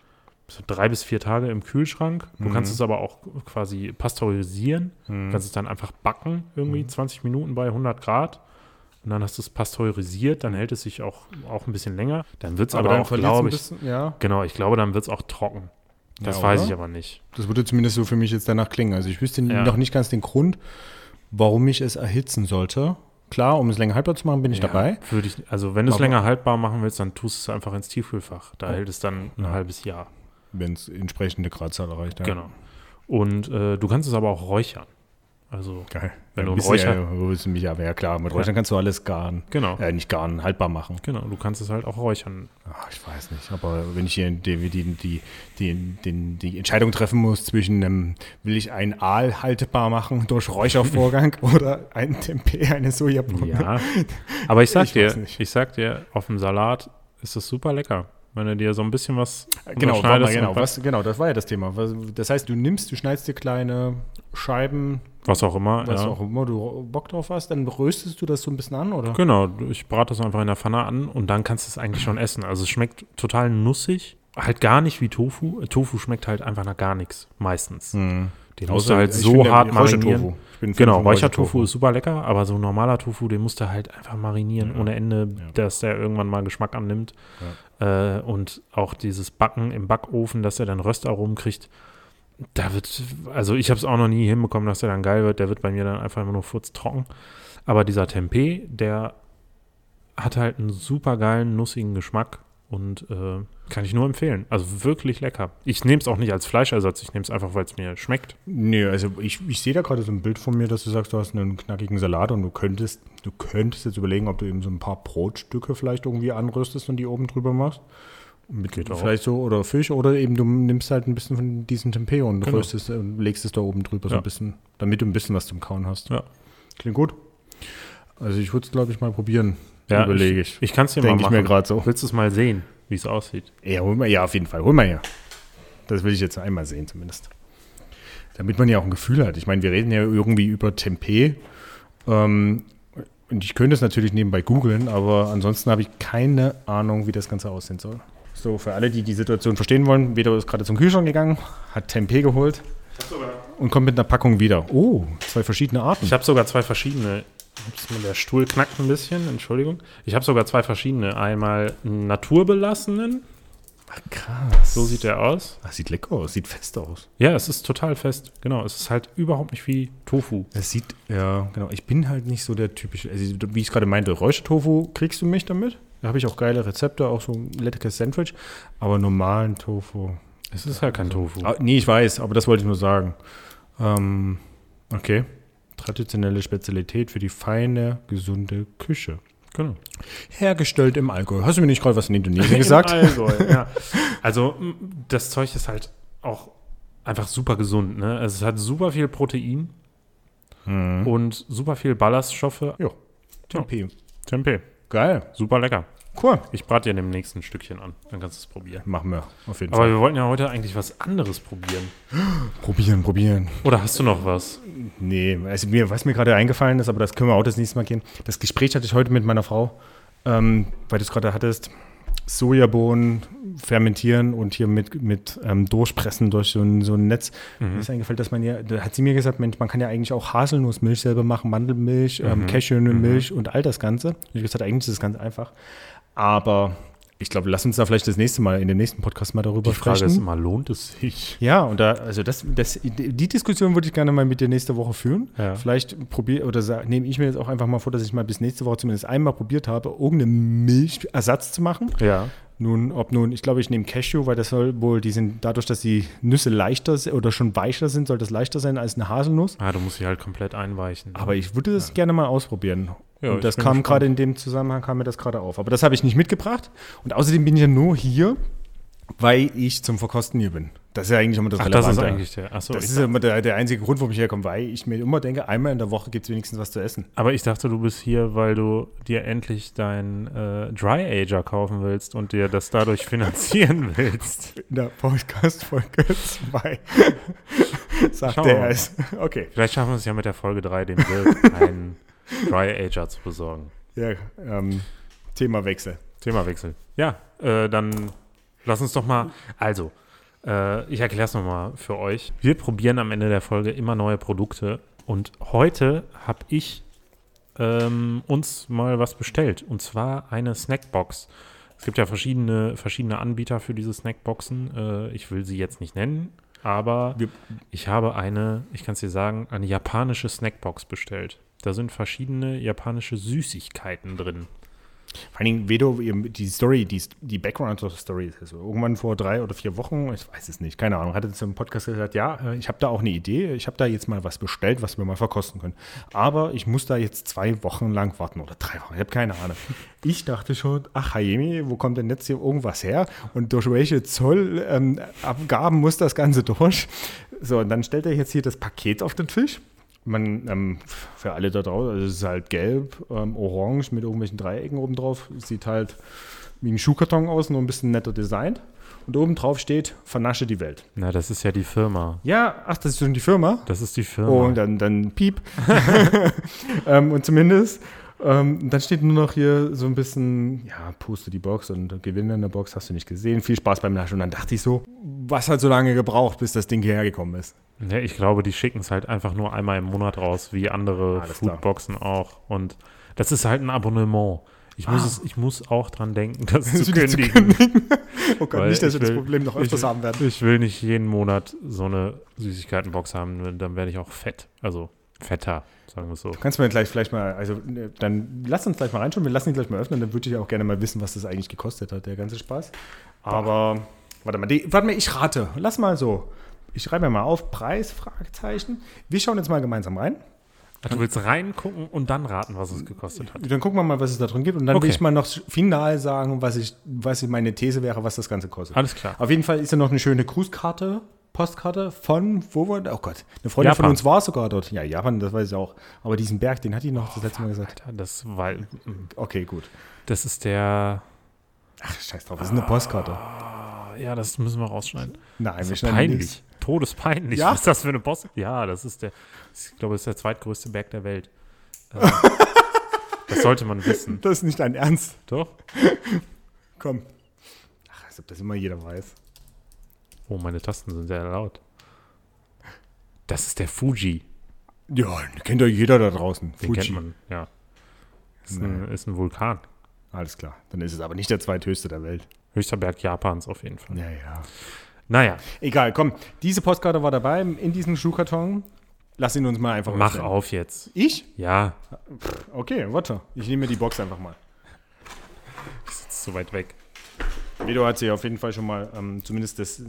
so 3 bis 4 Tage im Kühlschrank. Du kannst es aber auch quasi pasteurisieren. Du kannst es dann einfach backen, irgendwie 20 Minuten bei 100 Grad. Und dann hast du es pasteurisiert, dann hält es sich auch ein bisschen länger. Dann wird es aber dann auch, verliert's glaube ein ich, bisschen, ja. genau, ich glaube, dann wird es auch trocken. Das Ja, weiß oder? ich aber nicht. Das würde zumindest so für mich jetzt danach klingen. Also ich wüsste Ja. noch nicht ganz den Grund, warum ich es erhitzen sollte. Klar, um es länger haltbar zu machen, bin ich dabei. Würde ich, also wenn du es Aber- länger haltbar machen willst, dann tust du es einfach ins Tiefkühlfach. Da hält es dann ein halbes Jahr. Wenn es entsprechende Gradzahl erreicht. Ja. Genau. Und du kannst es aber auch räuchern. Also Geil. Wenn ja, du wissen Räucher- ja, wissen mich aber, ja klar, mit Räuchern kannst du alles garen. Genau. Nicht garen, haltbar machen. Genau, du kannst es halt auch räuchern. Ich weiß nicht, aber wenn ich hier die Entscheidung treffen muss zwischen will ich ein Aal haltbar machen durch Räuchervorgang oder ein Tempeh, eine Sojabohne. Ja, aber ich Ich weiß nicht. sag dir, auf dem Salat ist es super lecker. Wenn du dir so ein bisschen was Genau, unterschneidest das war ja das Thema. Das heißt, du schneidest dir kleine Scheiben, was auch immer. was auch immer du Bock drauf hast, dann röstest du das so ein bisschen an, oder? Genau, ich brate das einfach in der Pfanne an und dann kannst du es eigentlich schon essen. Also es schmeckt total nussig, halt gar nicht wie Tofu. Tofu schmeckt halt einfach nach gar nichts, meistens. Den musst du halt so hart marinieren. Genau, Räuchertofu ist super lecker, aber so ein normaler Tofu, den musst du halt einfach marinieren ohne Ende, dass der irgendwann mal Geschmack annimmt. Ja. Und auch dieses Backen im Backofen, dass er dann Röstaromen kriegt, also ich habe es auch noch nie hinbekommen, dass der dann geil wird. Der wird bei mir dann einfach immer nur furztrocken. Aber dieser Tempeh, der hat halt einen super geilen, nussigen Geschmack und kann ich nur empfehlen. Also wirklich lecker. Ich nehme es auch nicht als Fleischersatz, ich nehme es einfach, weil es mir schmeckt. Nee, also ich sehe da gerade so ein Bild von mir, dass du sagst, du hast einen knackigen Salat und du könntest jetzt überlegen, ob du eben so ein paar Brotstücke vielleicht irgendwie anröstest und die oben drüber machst. Geht auch. Vielleicht so, oder Fisch, oder eben du nimmst halt ein bisschen von diesem Tempeh und röstest und legst es da oben drüber so ein bisschen, damit du ein bisschen was zum Kauen hast. Ja. Klingt gut. Also ich würde es, glaube ich, mal probieren. Ja, überlege ich. Ich kann es dir mal machen. Denke ich mir gerade so. Willst du es mal sehen, wie es aussieht? Ja, auf jeden Fall. Hol mal her. Das will ich jetzt einmal sehen zumindest. Damit man ja auch ein Gefühl hat. Ich meine, wir reden ja irgendwie über Tempeh. Und ich könnte es natürlich nebenbei googeln, aber ansonsten habe ich keine Ahnung, wie das Ganze aussehen soll. So, für alle, die die Situation verstehen wollen, Vedo ist gerade zum Kühlschrank gegangen, hat Tempeh geholt und kommt mit einer Packung wieder. Oh, 2 verschiedene Arten. Ich habe sogar 2 verschiedene. Der Stuhl knackt ein bisschen, Entschuldigung. Ich habe sogar 2 verschiedene. Einmal einen naturbelassenen. Ach, krass. So sieht der aus. Ach, sieht lecker aus, sieht fest aus. Ja, es ist total fest. Genau, es ist halt überhaupt nicht wie Tofu. Es sieht, ja, genau. Ich bin halt nicht so der typische, also wie ich es gerade meinte, Räuchertofu kriegst du mich damit. Da habe ich auch geile Rezepte, auch so ein leckeres Sandwich. Aber normalen Tofu. Es ist halt kein Tofu. Nee, ich weiß, aber das wollte ich nur sagen. Okay. Traditionelle Spezialität für die feine, gesunde Küche. Genau. Hergestellt im Allgäu. Hast du mir nicht gerade was in Indonesien gesagt? Im Allgäu, ja. Also das Zeug ist halt auch einfach super gesund. Ne? Also es hat super viel Protein und super viel Ballaststoffe. Ja. Tempeh. Tempeh. Geil. Super lecker. Cool. Ich brate dir demnächst ein Stückchen an. Dann kannst du es probieren. Machen wir auf jeden Aber Fall. wir wollten ja heute eigentlich was anderes probieren. Probieren. Oder hast du noch was? Nee, also was mir gerade eingefallen ist, aber das können wir auch das nächste Mal gehen. Das Gespräch hatte ich heute mit meiner Frau, weil du es gerade hattest. Sojabohnen fermentieren und hier mit durchpressen durch so ein Netz. Mir ist eingefallen, dass da hat sie mir gesagt, Mensch, man kann ja eigentlich auch Haselnussmilch selber machen, Mandelmilch, Cashewmilch und all das Ganze. Und ich habe gesagt, eigentlich ist das ganz einfach. Aber ich glaube, lass uns da vielleicht das nächste Mal in dem nächsten Podcast mal darüber sprechen. Die Frage ist immer, lohnt es sich? Ja, und die Diskussion würde ich gerne mal mit dir nächste Woche führen. Ja. Vielleicht nehme ich mir jetzt auch einfach mal vor, dass ich mal bis nächste Woche zumindest einmal probiert habe, irgendeinen Milchersatz zu machen. Ja. Ich glaube, ich nehme Cashew, weil das soll wohl, dadurch, dass die Nüsse leichter oder schon weicher sind, soll das leichter sein als eine Haselnuss. Du musst sie halt komplett einweichen. Aber ich würde das gerne mal ausprobieren. Ja, und das kam gerade in dem Zusammenhang, kam mir das gerade auf. Aber das habe ich nicht mitgebracht. Und außerdem bin ich ja nur hier, weil ich zum Verkosten hier bin. Das ist ja eigentlich immer das Relevante. Das ist eigentlich das ist ja immer der einzige Grund, warum ich herkomme, weil ich mir immer denke, einmal in der Woche gibt es wenigstens was zu essen. Aber ich dachte, du bist hier, weil du dir endlich dein Dry Ager kaufen willst und dir das dadurch finanzieren willst. In der Podcast-Folge 2 sagt er es. Okay. Vielleicht schaffen wir es ja mit der Folge 3, den Dirk einen Dry Ager zu besorgen. Ja, Themawechsel. Ja, dann lass uns doch mal, also, ich erkläre es nochmal für euch. Wir probieren am Ende der Folge immer neue Produkte und heute habe ich uns mal was bestellt und zwar eine Snackbox. Es gibt ja verschiedene Anbieter für diese Snackboxen. Ich will sie jetzt nicht nennen, aber ich habe ich kann es dir sagen, eine japanische Snackbox bestellt. Da sind verschiedene japanische Süßigkeiten drin. Vor allen Dingen, Vedo, die Story, die Background-Story ist so. Irgendwann vor 3 oder 4 Wochen, ich weiß es nicht, keine Ahnung, hat er zum Podcast gesagt, ja, ich habe da auch eine Idee, ich habe da jetzt mal was bestellt, was wir mal verkosten können. Aber ich muss da jetzt 2 Wochen lang warten oder 3 Wochen, ich habe keine Ahnung. Ich dachte schon, ach Hayemi, wo kommt denn jetzt hier irgendwas her? Und durch welche Zollabgaben muss das Ganze durch? So, und dann stellt er jetzt hier das Paket auf den Tisch. Für alle da draußen, also es ist halt gelb, orange mit irgendwelchen Dreiecken oben drauf. Sieht halt wie ein Schuhkarton aus, nur ein bisschen netter designt. Und oben drauf steht, vernasche die Welt. Na, das ist ja die Firma. Ja, ach, das ist schon die Firma? Das ist die Firma. Oh, und dann piep. Und zumindest, dann steht nur noch hier so ein bisschen, ja, puste die Box und Gewinne in der Box, hast du nicht gesehen. Viel Spaß beim Naschen. Und dann dachte ich so, was hat so lange gebraucht, bis das Ding hierher gekommen ist? Ja, ich glaube, die schicken es halt einfach nur einmal im Monat raus, wie andere Alles Foodboxen auch. Und das ist halt ein Abonnement. Ich muss auch dran denken, das Das zu wirklich zu kündigen. Oh Gott, Weil nicht, dass wir ich das will- Problem noch öfters haben werden. Ich will nicht jeden Monat so eine Süßigkeitenbox haben, dann werde ich auch fett. Also fetter, sagen wir es so. Kannst du mir gleich vielleicht mal, also dann lass uns gleich mal reinschauen, wir lassen ihn gleich mal öffnen, dann würde ich auch gerne mal wissen, was das eigentlich gekostet hat, der ganze Spaß. Aber, warte mal, ich rate, lass mal so. Ich schreibe mir mal auf, Preis, Fragezeichen. Wir schauen jetzt mal gemeinsam rein. Du willst reingucken und dann raten, was es gekostet hat. Dann gucken wir mal, was es da drin gibt. Und dann Okay. will ich mal noch final sagen, was meine These wäre, was das Ganze kostet. Alles klar. Auf jeden Fall ist da noch eine schöne Grußkarte, Postkarte von, wo war das? Oh Gott, eine Freundin Japan. von uns war sogar dort. Ja, Japan, das weiß ich auch. Aber diesen Berg, den hat die noch das letzte Mal gesagt. Alter, Okay, gut. das ist der. Ach, scheiß drauf, das ist eine Postkarte. Ja, das müssen wir rausschneiden. Nein, Das wir ist schneiden peinlich. nichts. Todespeinlich. Ja? Was ist das für eine Post? Ja, das ist ich glaube, das ist der zweitgrößte Berg der Welt. Das sollte man wissen. Das ist nicht dein Ernst. Doch? Komm. Ach, als ob das immer jeder weiß. Oh, meine Tasten sind sehr laut. Das ist der Fuji. Ja, den kennt ja jeder da draußen. Den kennt man, ja. Ist ein Vulkan. Alles klar. Dann ist es aber nicht der zweithöchste der Welt. Höchster Berg Japans auf jeden Fall. Ja. Naja, Egal, komm. Diese Postkarte war dabei in diesem Schuhkarton. Lass ihn uns mal einfach mach öffnen. auf jetzt. Ich? Ja, Okay, warte. Ich nehme mir die Box einfach mal. ich sitze zu weit weg. Vedo hat sich auf jeden Fall schon mal zumindest das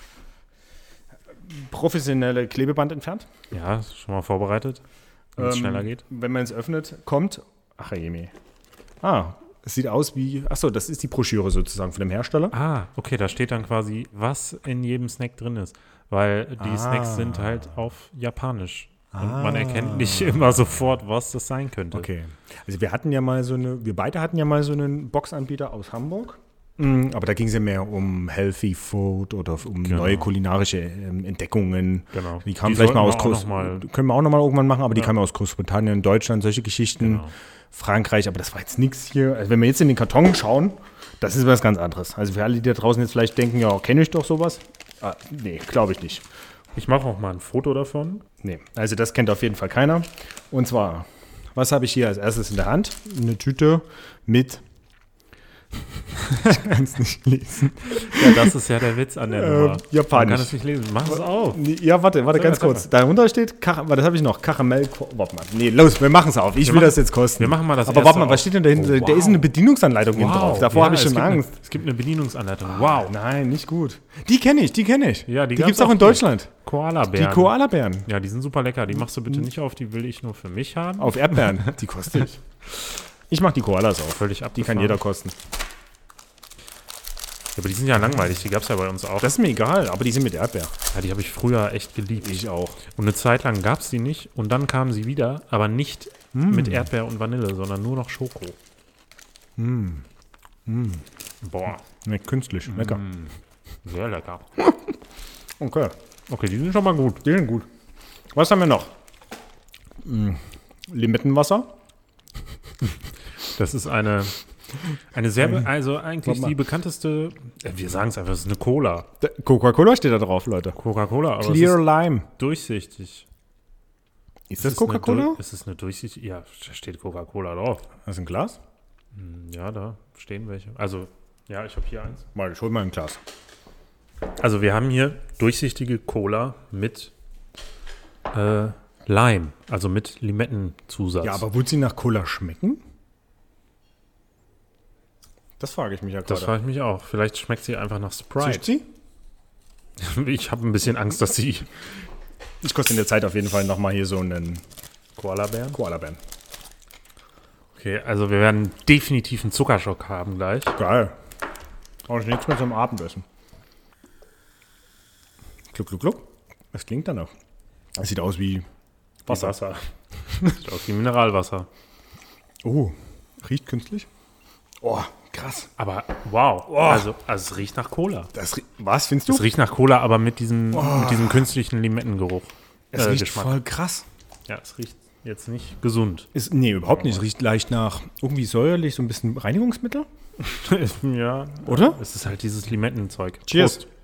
professionelle Klebeband entfernt. Ja, ist schon mal vorbereitet, wenn es schneller geht. Wenn man es öffnet, kommt. Ach, jemine. Es sieht aus wie. Achso, das ist die Broschüre sozusagen von dem Hersteller. Ah, okay, da steht dann quasi, was in jedem Snack drin ist. Weil die Snacks sind halt auf Japanisch. Und man erkennt nicht immer sofort, was das sein könnte. Okay. Also wir beide hatten ja mal so einen Boxanbieter aus Hamburg. Aber da ging es ja mehr um Healthy Food oder um neue kulinarische Entdeckungen. Genau. Die kamen Die vielleicht mal aus sollten wir auch noch mal- können wir auch nochmal irgendwann machen, aber die kamen aus Großbritannien, Deutschland, solche Geschichten. Genau. Frankreich, aber das war jetzt nichts hier. Also wenn wir jetzt in den Karton schauen, das ist was ganz anderes. Also für alle, die da draußen jetzt vielleicht denken, ja, kenne ich doch sowas. Nee, glaube ich nicht. Ich mache auch mal ein Foto davon. Nee, also das kennt auf jeden Fall keiner. Und zwar, was habe ich hier als erstes in der Hand? Eine Tüte mit. Ich kann es nicht lesen. Ja, das ist ja der Witz an der Nummer. Japanisch. Man kann es nicht lesen. Mach es auf. Ja, warte, ganz sag kurz. Darunter steht, warte, das habe ich noch, Karamell. Warte mal. Nee, los, wir machen es auf. Ich will das jetzt kosten. Wir machen mal das Aber erste warte mal, auf. was steht denn dahinter? Oh, Da ist eine Bedienungsanleitung hinten drauf. Davor Ja, habe ich schon es gibt Angst. Es gibt eine Bedienungsanleitung. Wow. Nein, nicht gut. Die kenne ich. Ja, die gab's gibt es auch auch in Deutschland. Koala-Bären. Die Koalabären. Ja, die sind super lecker. Die machst du bitte nicht auf. Die will ich nur für mich haben. Auf Erdbeeren. Die koste ich. Ich mache die Koalas auf. Völlig Die abgefahren. kann jeder kosten. Ja, aber die sind ja langweilig. Die gab es ja bei uns auch. Das ist mir egal, aber die sind mit Erdbeer. Ja, die habe ich früher echt geliebt. Ich auch. Und eine Zeit lang gab es die nicht. Und dann kamen sie wieder. Aber nicht mit Erdbeer und Vanille, sondern nur noch Schoko. Boah, Ne, künstlich. Lecker. sehr lecker. Okay. Okay, die sind schon mal gut. Die sind gut. Was haben wir noch? Limettenwasser. Das ist eine sehr, also eigentlich Warte mal. die bekannteste, wir sagen es einfach, es ist eine Cola. Coca-Cola steht da drauf, Leute. Coca-Cola, aber Clear es Lime. ist durchsichtig. Ist das Coca-Cola? Ist es eine durchsichtig? Ja, da steht Coca-Cola drauf. Das ist ein Glas? Ja, da stehen welche. Also, ja, ich habe hier eins. Mal, ich hol mal ein Glas. Also, wir haben hier durchsichtige Cola mit Lime, also mit Limettenzusatz. Ja, aber wird sie nach Cola schmecken? Das frage ich mich ja das gerade. frage ich mich auch. Vielleicht schmeckt sie einfach nach Zischt Sprite. sie? Ich habe ein bisschen Angst, dass sie Ich koste in der Zeit auf jeden Fall nochmal hier so einen Koala-Bären. Koala-Bären. Okay, also wir werden definitiv einen Zuckerschock haben gleich. Geil. Brauche ich nichts mehr zum Abendessen. Gluck, gluck, gluck. Was klingt da noch? Das sieht aus wie Wasser. Wasser. Sieht aus wie Mineralwasser. Oh, riecht künstlich. Oh, krass. Aber wow. Also es riecht nach Cola. Was, findest du? Es riecht nach Cola, aber mit diesem künstlichen Limettengeruch. Es riecht Geschmack. voll krass. Ja, es riecht jetzt nicht gesund. Nee, überhaupt nicht. Es riecht leicht nach irgendwie säuerlich, so ein bisschen Reinigungsmittel. Ja. Oder? Es ist halt dieses Limettenzeug. Cheers. Prost.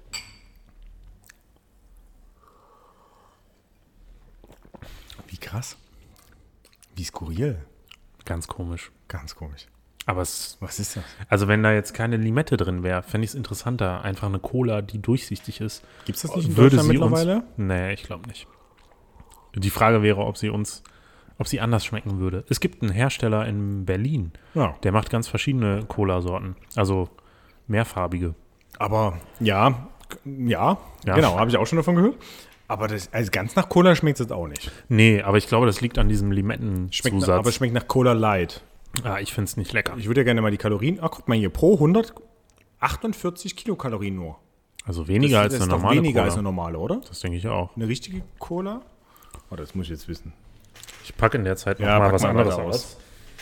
Wie krass. Wie skurril. Ganz komisch. Ganz komisch. Aber es, Was ist das? also wenn da jetzt keine Limette drin wäre, fände ich es interessanter. Einfach eine Cola, die durchsichtig ist. Gibt es das nicht in Würde Deutschland sie mittlerweile? uns, nee, ich glaube nicht. Die Frage wäre, ob sie anders schmecken würde. Es gibt einen Hersteller in Berlin, Ja. der macht ganz verschiedene Cola-Sorten. Also mehrfarbige. Aber ja, Ja. genau, habe ich auch schon davon gehört. Aber also ganz nach Cola schmeckt es jetzt auch nicht. Nee, aber ich glaube, das liegt an diesem Aber Limettenzusatz. es schmeckt nach Cola Light. Ich finde es nicht lecker. Ich würde ja gerne mal die Kalorien. Ach, guck mal hier, pro 100 48 Kilokalorien nur. Also weniger als eine ist doch normale weniger Cola. als eine normale, oder? Das denke ich auch. Eine richtige Cola? Oh, das muss ich jetzt wissen. Ich packe in der Zeit noch Ja, mal pack was mal anderes weiter aus.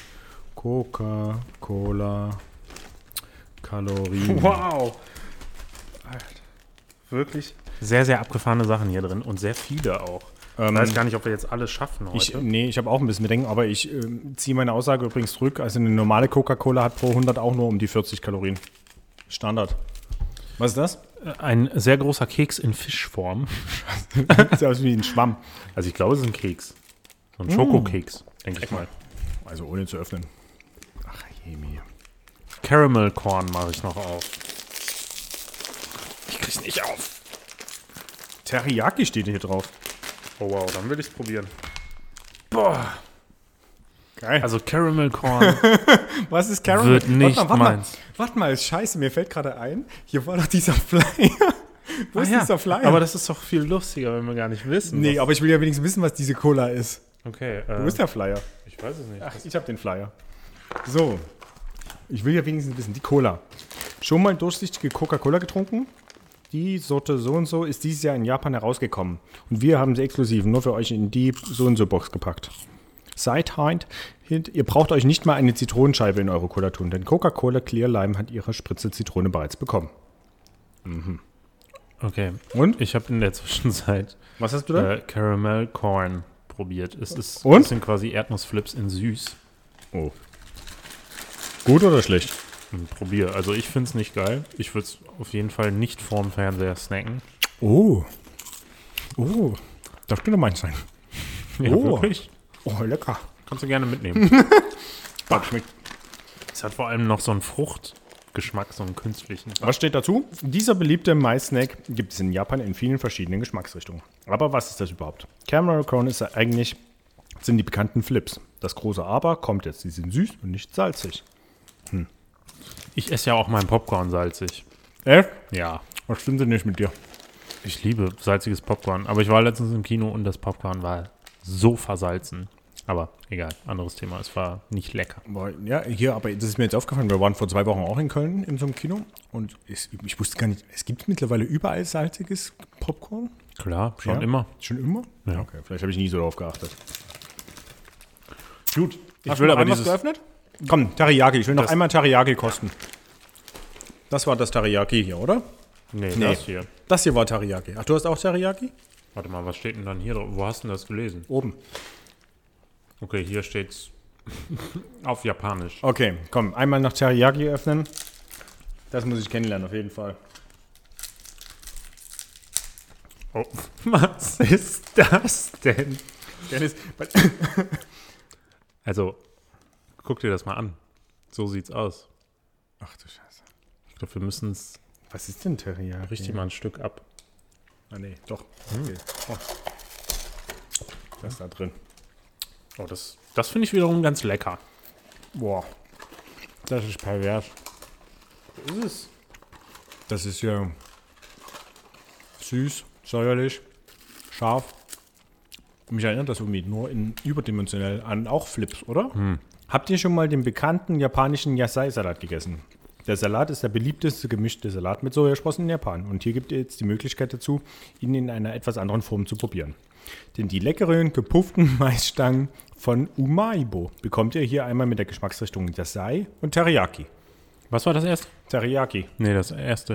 Coca-Cola Kalorien. Wow. Alter. Wirklich sehr, sehr abgefahrene Sachen hier drin und sehr viele auch. Ich weiß gar nicht, ob wir jetzt alles schaffen heute. Ich habe auch ein bisschen Bedenken, aber ich ziehe meine Aussage übrigens zurück. Also eine normale Coca-Cola hat pro 100 auch nur um die 40 Kalorien. Standard. Was ist das? Ein sehr großer Keks in Fischform. Sieht aus wie ein Schwamm. Also ich glaube, es ist ein Keks. So ein Schokokeks, denke ich mal. Also ohne zu öffnen. Ach, Jemi. Caramel Corn mache ich noch auf. Ich krieg's nicht auf. Teriyaki steht hier drauf. Oh wow, dann will ich es probieren. Boah. Geil. Also Caramel Corn Was ist Caramel? wird nicht warte meins. Warte mal, scheiße, mir fällt gerade ein, hier war doch dieser Flyer. Wo ist dieser Flyer? Aber das ist doch viel lustiger, wenn wir gar nicht wissen. nee, was- aber ich will ja wenigstens wissen, was diese Cola ist. Okay, Wo ist der Flyer? ich weiß es nicht. Ach, ich habe den Flyer. So. Ich will ja wenigstens wissen, die Cola. Schon mal durchsichtige Coca-Cola getrunken? Die Sorte so und so ist dieses Jahr in Japan herausgekommen. Und wir haben sie exklusiv nur für euch in die so und so Box gepackt. Seid heint, ihr braucht euch nicht mal eine Zitronenscheibe in eure Cola tun, denn Coca-Cola Clear Lime hat ihre Spritze Zitrone bereits bekommen. Okay, Und? ich habe in der Zwischenzeit Was hast du da? Caramel Corn probiert. Und? Das sind quasi Erdnussflips in süß. Oh. Gut oder schlecht? Probier. Also ich finde es nicht geil. Ich würde es auf jeden Fall nicht vorm Fernseher snacken. Oh. Oh. Das könnte meins sein. Ja, Oh. wirklich. Oh, lecker. Kannst du gerne mitnehmen. Das schmeckt. Es hat vor allem noch so einen Fruchtgeschmack, so einen künstlichen. Was steht dazu? Dieser beliebte Mais-Snack gibt es in Japan in vielen verschiedenen Geschmacksrichtungen. Aber was ist das überhaupt? Caramel Corn ist ja eigentlich, sind die bekannten Flips. Das große Aber kommt jetzt. Sie sind süß und nicht salzig. Ich esse ja auch meinen Popcorn salzig. Ja. Was stimmt denn nicht mit dir? Ich liebe salziges Popcorn. Aber ich war letztens im Kino und das Popcorn war so versalzen. Aber egal, anderes Thema. Es war nicht lecker. Ja, hier, aber das ist mir jetzt aufgefallen. Wir waren vor 2 Wochen auch in Köln in so einem Kino. Und ich wusste gar nicht, es gibt mittlerweile überall salziges Popcorn. Klar, schon Ja? immer. Schon immer? Ja. Okay, vielleicht habe ich nie so darauf geachtet. Gut. Ich Hast will du aber noch was dieses... geöffnet? Komm, Teriyaki. Ich will noch Das- einmal Teriyaki kosten. Das war das Teriyaki hier, oder? Nee, Nee. das hier. Das hier war Teriyaki. Ach, du hast auch Teriyaki? Warte mal, was steht denn dann hier drauf? Wo hast du denn das gelesen? Oben. Okay, hier steht's auf Japanisch. Okay, komm, einmal nach Teriyaki öffnen. Das muss ich kennenlernen, auf jeden Fall. Oh, was ist das denn? Dennis, Also, guck dir das mal an. So sieht's aus. ach du Scheiße. Ich glaube, wir müssen es Was ist denn Teriyaki? richtig mal ein Stück ab. Ah, nee, doch. Okay. Oh. Das ist da drin. Oh, das finde ich wiederum ganz lecker. Boah, Das ist pervers. wo ist es? Das ist ja süß, säuerlich, scharf. Mich erinnert das irgendwie nur in überdimensionell an auch Flips, oder? Habt ihr schon mal den bekannten japanischen Yasai-Salat gegessen? Der Salat ist der beliebteste gemischte Salat mit Sojasprossen in Japan. Und hier gibt ihr jetzt die Möglichkeit dazu, ihn in einer etwas anderen Form zu probieren. Denn die leckeren, gepufften Maisstangen von Umaibo bekommt ihr hier einmal mit der Geschmacksrichtung Yasai und Teriyaki. Was war das erste? Teriyaki. Nee, das erste.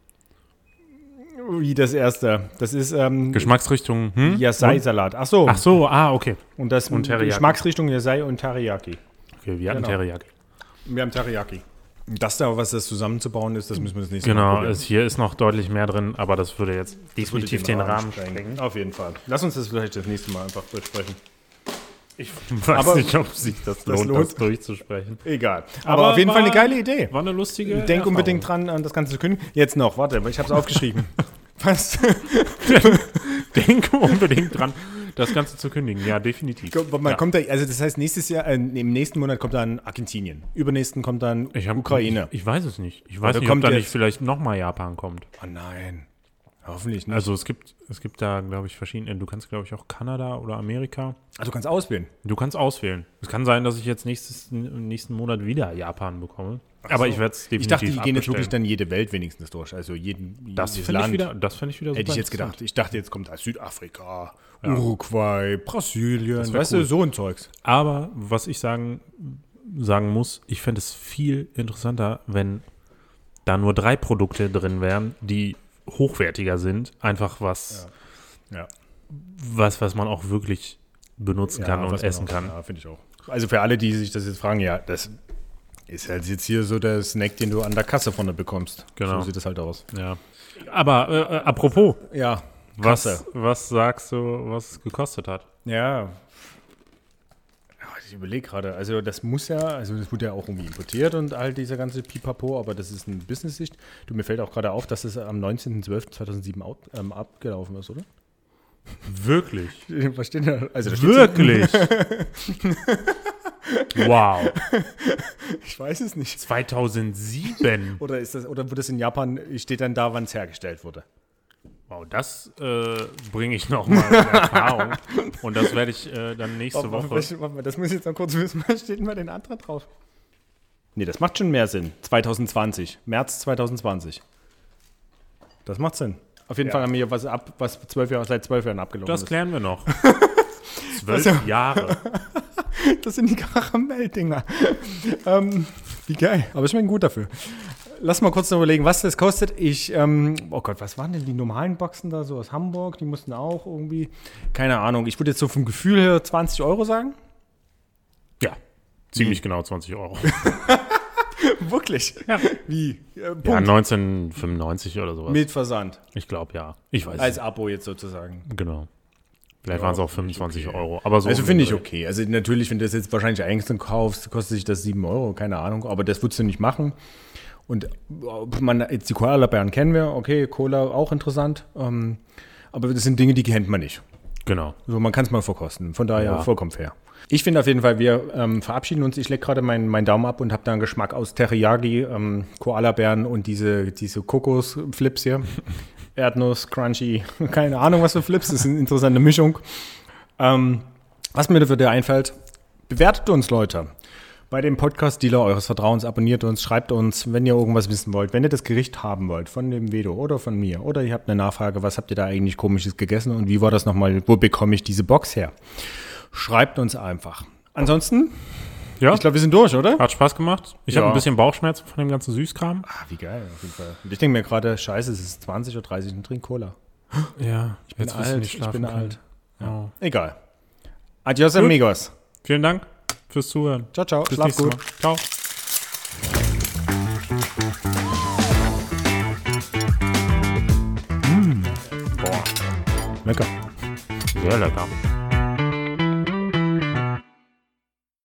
Wie das erste. Das ist Geschmacksrichtung. Yasai-Salat. Ach so. Ach so, okay. Und das Teriyaki. Geschmacksrichtung Yasai und Teriyaki. Okay, wir hatten Genau. Teriyaki. Wir haben Teriyaki. Das da, was das zusammenzubauen ist, das müssen wir das nächste Mal Genau, probieren. hier ist noch deutlich mehr drin, aber das würde jetzt definitiv den Rahmen sprengen. Auf jeden Fall. Lass uns das vielleicht das nächste Mal einfach besprechen. Ich weiß Aber nicht, ob sich das lohnt, das durchzusprechen. Egal. Aber auf jeden Fall eine geile Idee. War eine lustige Denk Erfahrung. unbedingt dran, an das Ganze zu kündigen. Jetzt noch, warte, ich habe es aufgeschrieben. Was? Denke unbedingt dran, das Ganze zu kündigen. Ja, definitiv. Man kommt da, also das heißt, nächstes Jahr, im nächsten Monat kommt dann Argentinien. Übernächsten kommt dann Ukraine. Ich weiß es nicht. Ich weiß Da nicht, kommt ob da jetzt- nicht vielleicht nochmal Japan kommt. Oh nein. Hoffentlich nicht. Also es gibt da, glaube ich, verschiedene. Du kannst, glaube ich, auch Kanada oder Amerika. Also du kannst auswählen. Du kannst auswählen. Es kann sein, dass ich jetzt nächsten Monat wieder Japan bekomme. Aber ich werde es definitiv Ich dachte, die gehen jetzt abbestellen. wirklich dann jede Welt wenigstens durch. Also Das jedes finde ich Land. wieder super Hätte ich jetzt interessant. gedacht. Ich dachte, jetzt kommt Südafrika, Uruguay, Brasilien. wär Weißt cool. du, so ein Zeugs. Aber was ich sagen muss, ich fände es viel interessanter, wenn da nur 3 Produkte drin wären, die hochwertiger sind. Einfach was man auch wirklich benutzen kann und essen kann. Ja, finde ich auch. Also für alle, die sich das jetzt fragen, ja, das ist halt jetzt hier so der Snack, den du an der Kasse vorne bekommst. Genau. So sieht das halt aus. Ja. Aber apropos, Ja, Kasse. was sagst du, was es gekostet hat? Ja. Ich überlege gerade, also das wurde ja auch irgendwie importiert und all dieser ganze Pipapo, aber das ist ein Business-Sicht. Du, mir fällt auch gerade auf, dass es am 19.12.2007 abgelaufen ist, oder? Wirklich? Was steht da? Also da steht Wirklich? Wow. ich weiß es nicht. 2007. Oder wurde es in Japan, steht dann da, wann es hergestellt wurde? Wow, das bringe ich nochmal in Erfahrung. Und das werde ich dann nächste Woche. Warte mal, das muss ich jetzt noch kurz wissen. Was steht denn bei den anderen drauf? Nee, das macht schon mehr Sinn. 2020. März 2020. Das macht Sinn. Auf jeden Fall haben wir hier was seit 12 Jahren abgelaufen Das ist. klären wir noch. 12 Jahre. Das sind die Karamelldinger. Wie geil. Aber ich schmecken gut dafür. Lass mal kurz noch überlegen, was das kostet. Oh Gott, was waren denn die normalen Boxen da so aus Hamburg? Die mussten auch irgendwie, keine Ahnung. Ich würde jetzt so vom Gefühl her 20 € sagen. Ja, ziemlich genau 20 Euro. Wirklich? Ja. Wie? Ja, Punkt. 1995 oder sowas. Mit Versand. Ich glaube, ja. Ich weiß Als es. Abo jetzt sozusagen. Genau. Vielleicht Ja, waren es auch finde ich 25 okay. Euro. Aber so Also um finde den ich Dreh. okay. Also natürlich, wenn du das jetzt wahrscheinlich einzeln kaufst, kostet sich das 7 €, keine Ahnung. Aber das würdest du nicht machen. Und ob man jetzt die Koala-Bären kennen wir, okay, Cola auch interessant. Aber das sind Dinge, die kennt man nicht. Genau. So, man kann es mal verkosten. Von daher Ja. vollkommen fair. Ich finde auf jeden Fall, wir verabschieden uns. Ich lege gerade meinen Daumen ab und habe da einen Geschmack aus Teriyaki, Koala-Bären und diese Kokos-Flips hier. Erdnuss, Crunchy, keine Ahnung, was für Flips. Das ist eine interessante Mischung. Was mir dafür einfällt, bewertet uns, Leute. Bei dem Podcast-Dealer eures Vertrauens, abonniert uns, schreibt uns, wenn ihr irgendwas wissen wollt. Wenn ihr das Gericht haben wollt, von dem Vedo oder von mir, oder ihr habt eine Nachfrage, was habt ihr da eigentlich Komisches gegessen und wie war das nochmal, wo bekomme ich diese Box her? Schreibt uns einfach. Ansonsten, Ja, ich glaube, wir sind durch, oder? hat Spaß gemacht. Ich Ja. habe ein bisschen Bauchschmerzen von dem ganzen Süßkram. Wie geil, auf jeden Fall. Und ich denke mir gerade, scheiße, es ist 20:30 Uhr und trink Cola. Ja, Ich bin alt. Oh. Egal. Adios, Gut. amigos. Vielen Dank fürs Zuhören. Ciao, ciao. Bis Schlaf nächstes gut. Mal. Ciao. Lecker. Sehr lecker.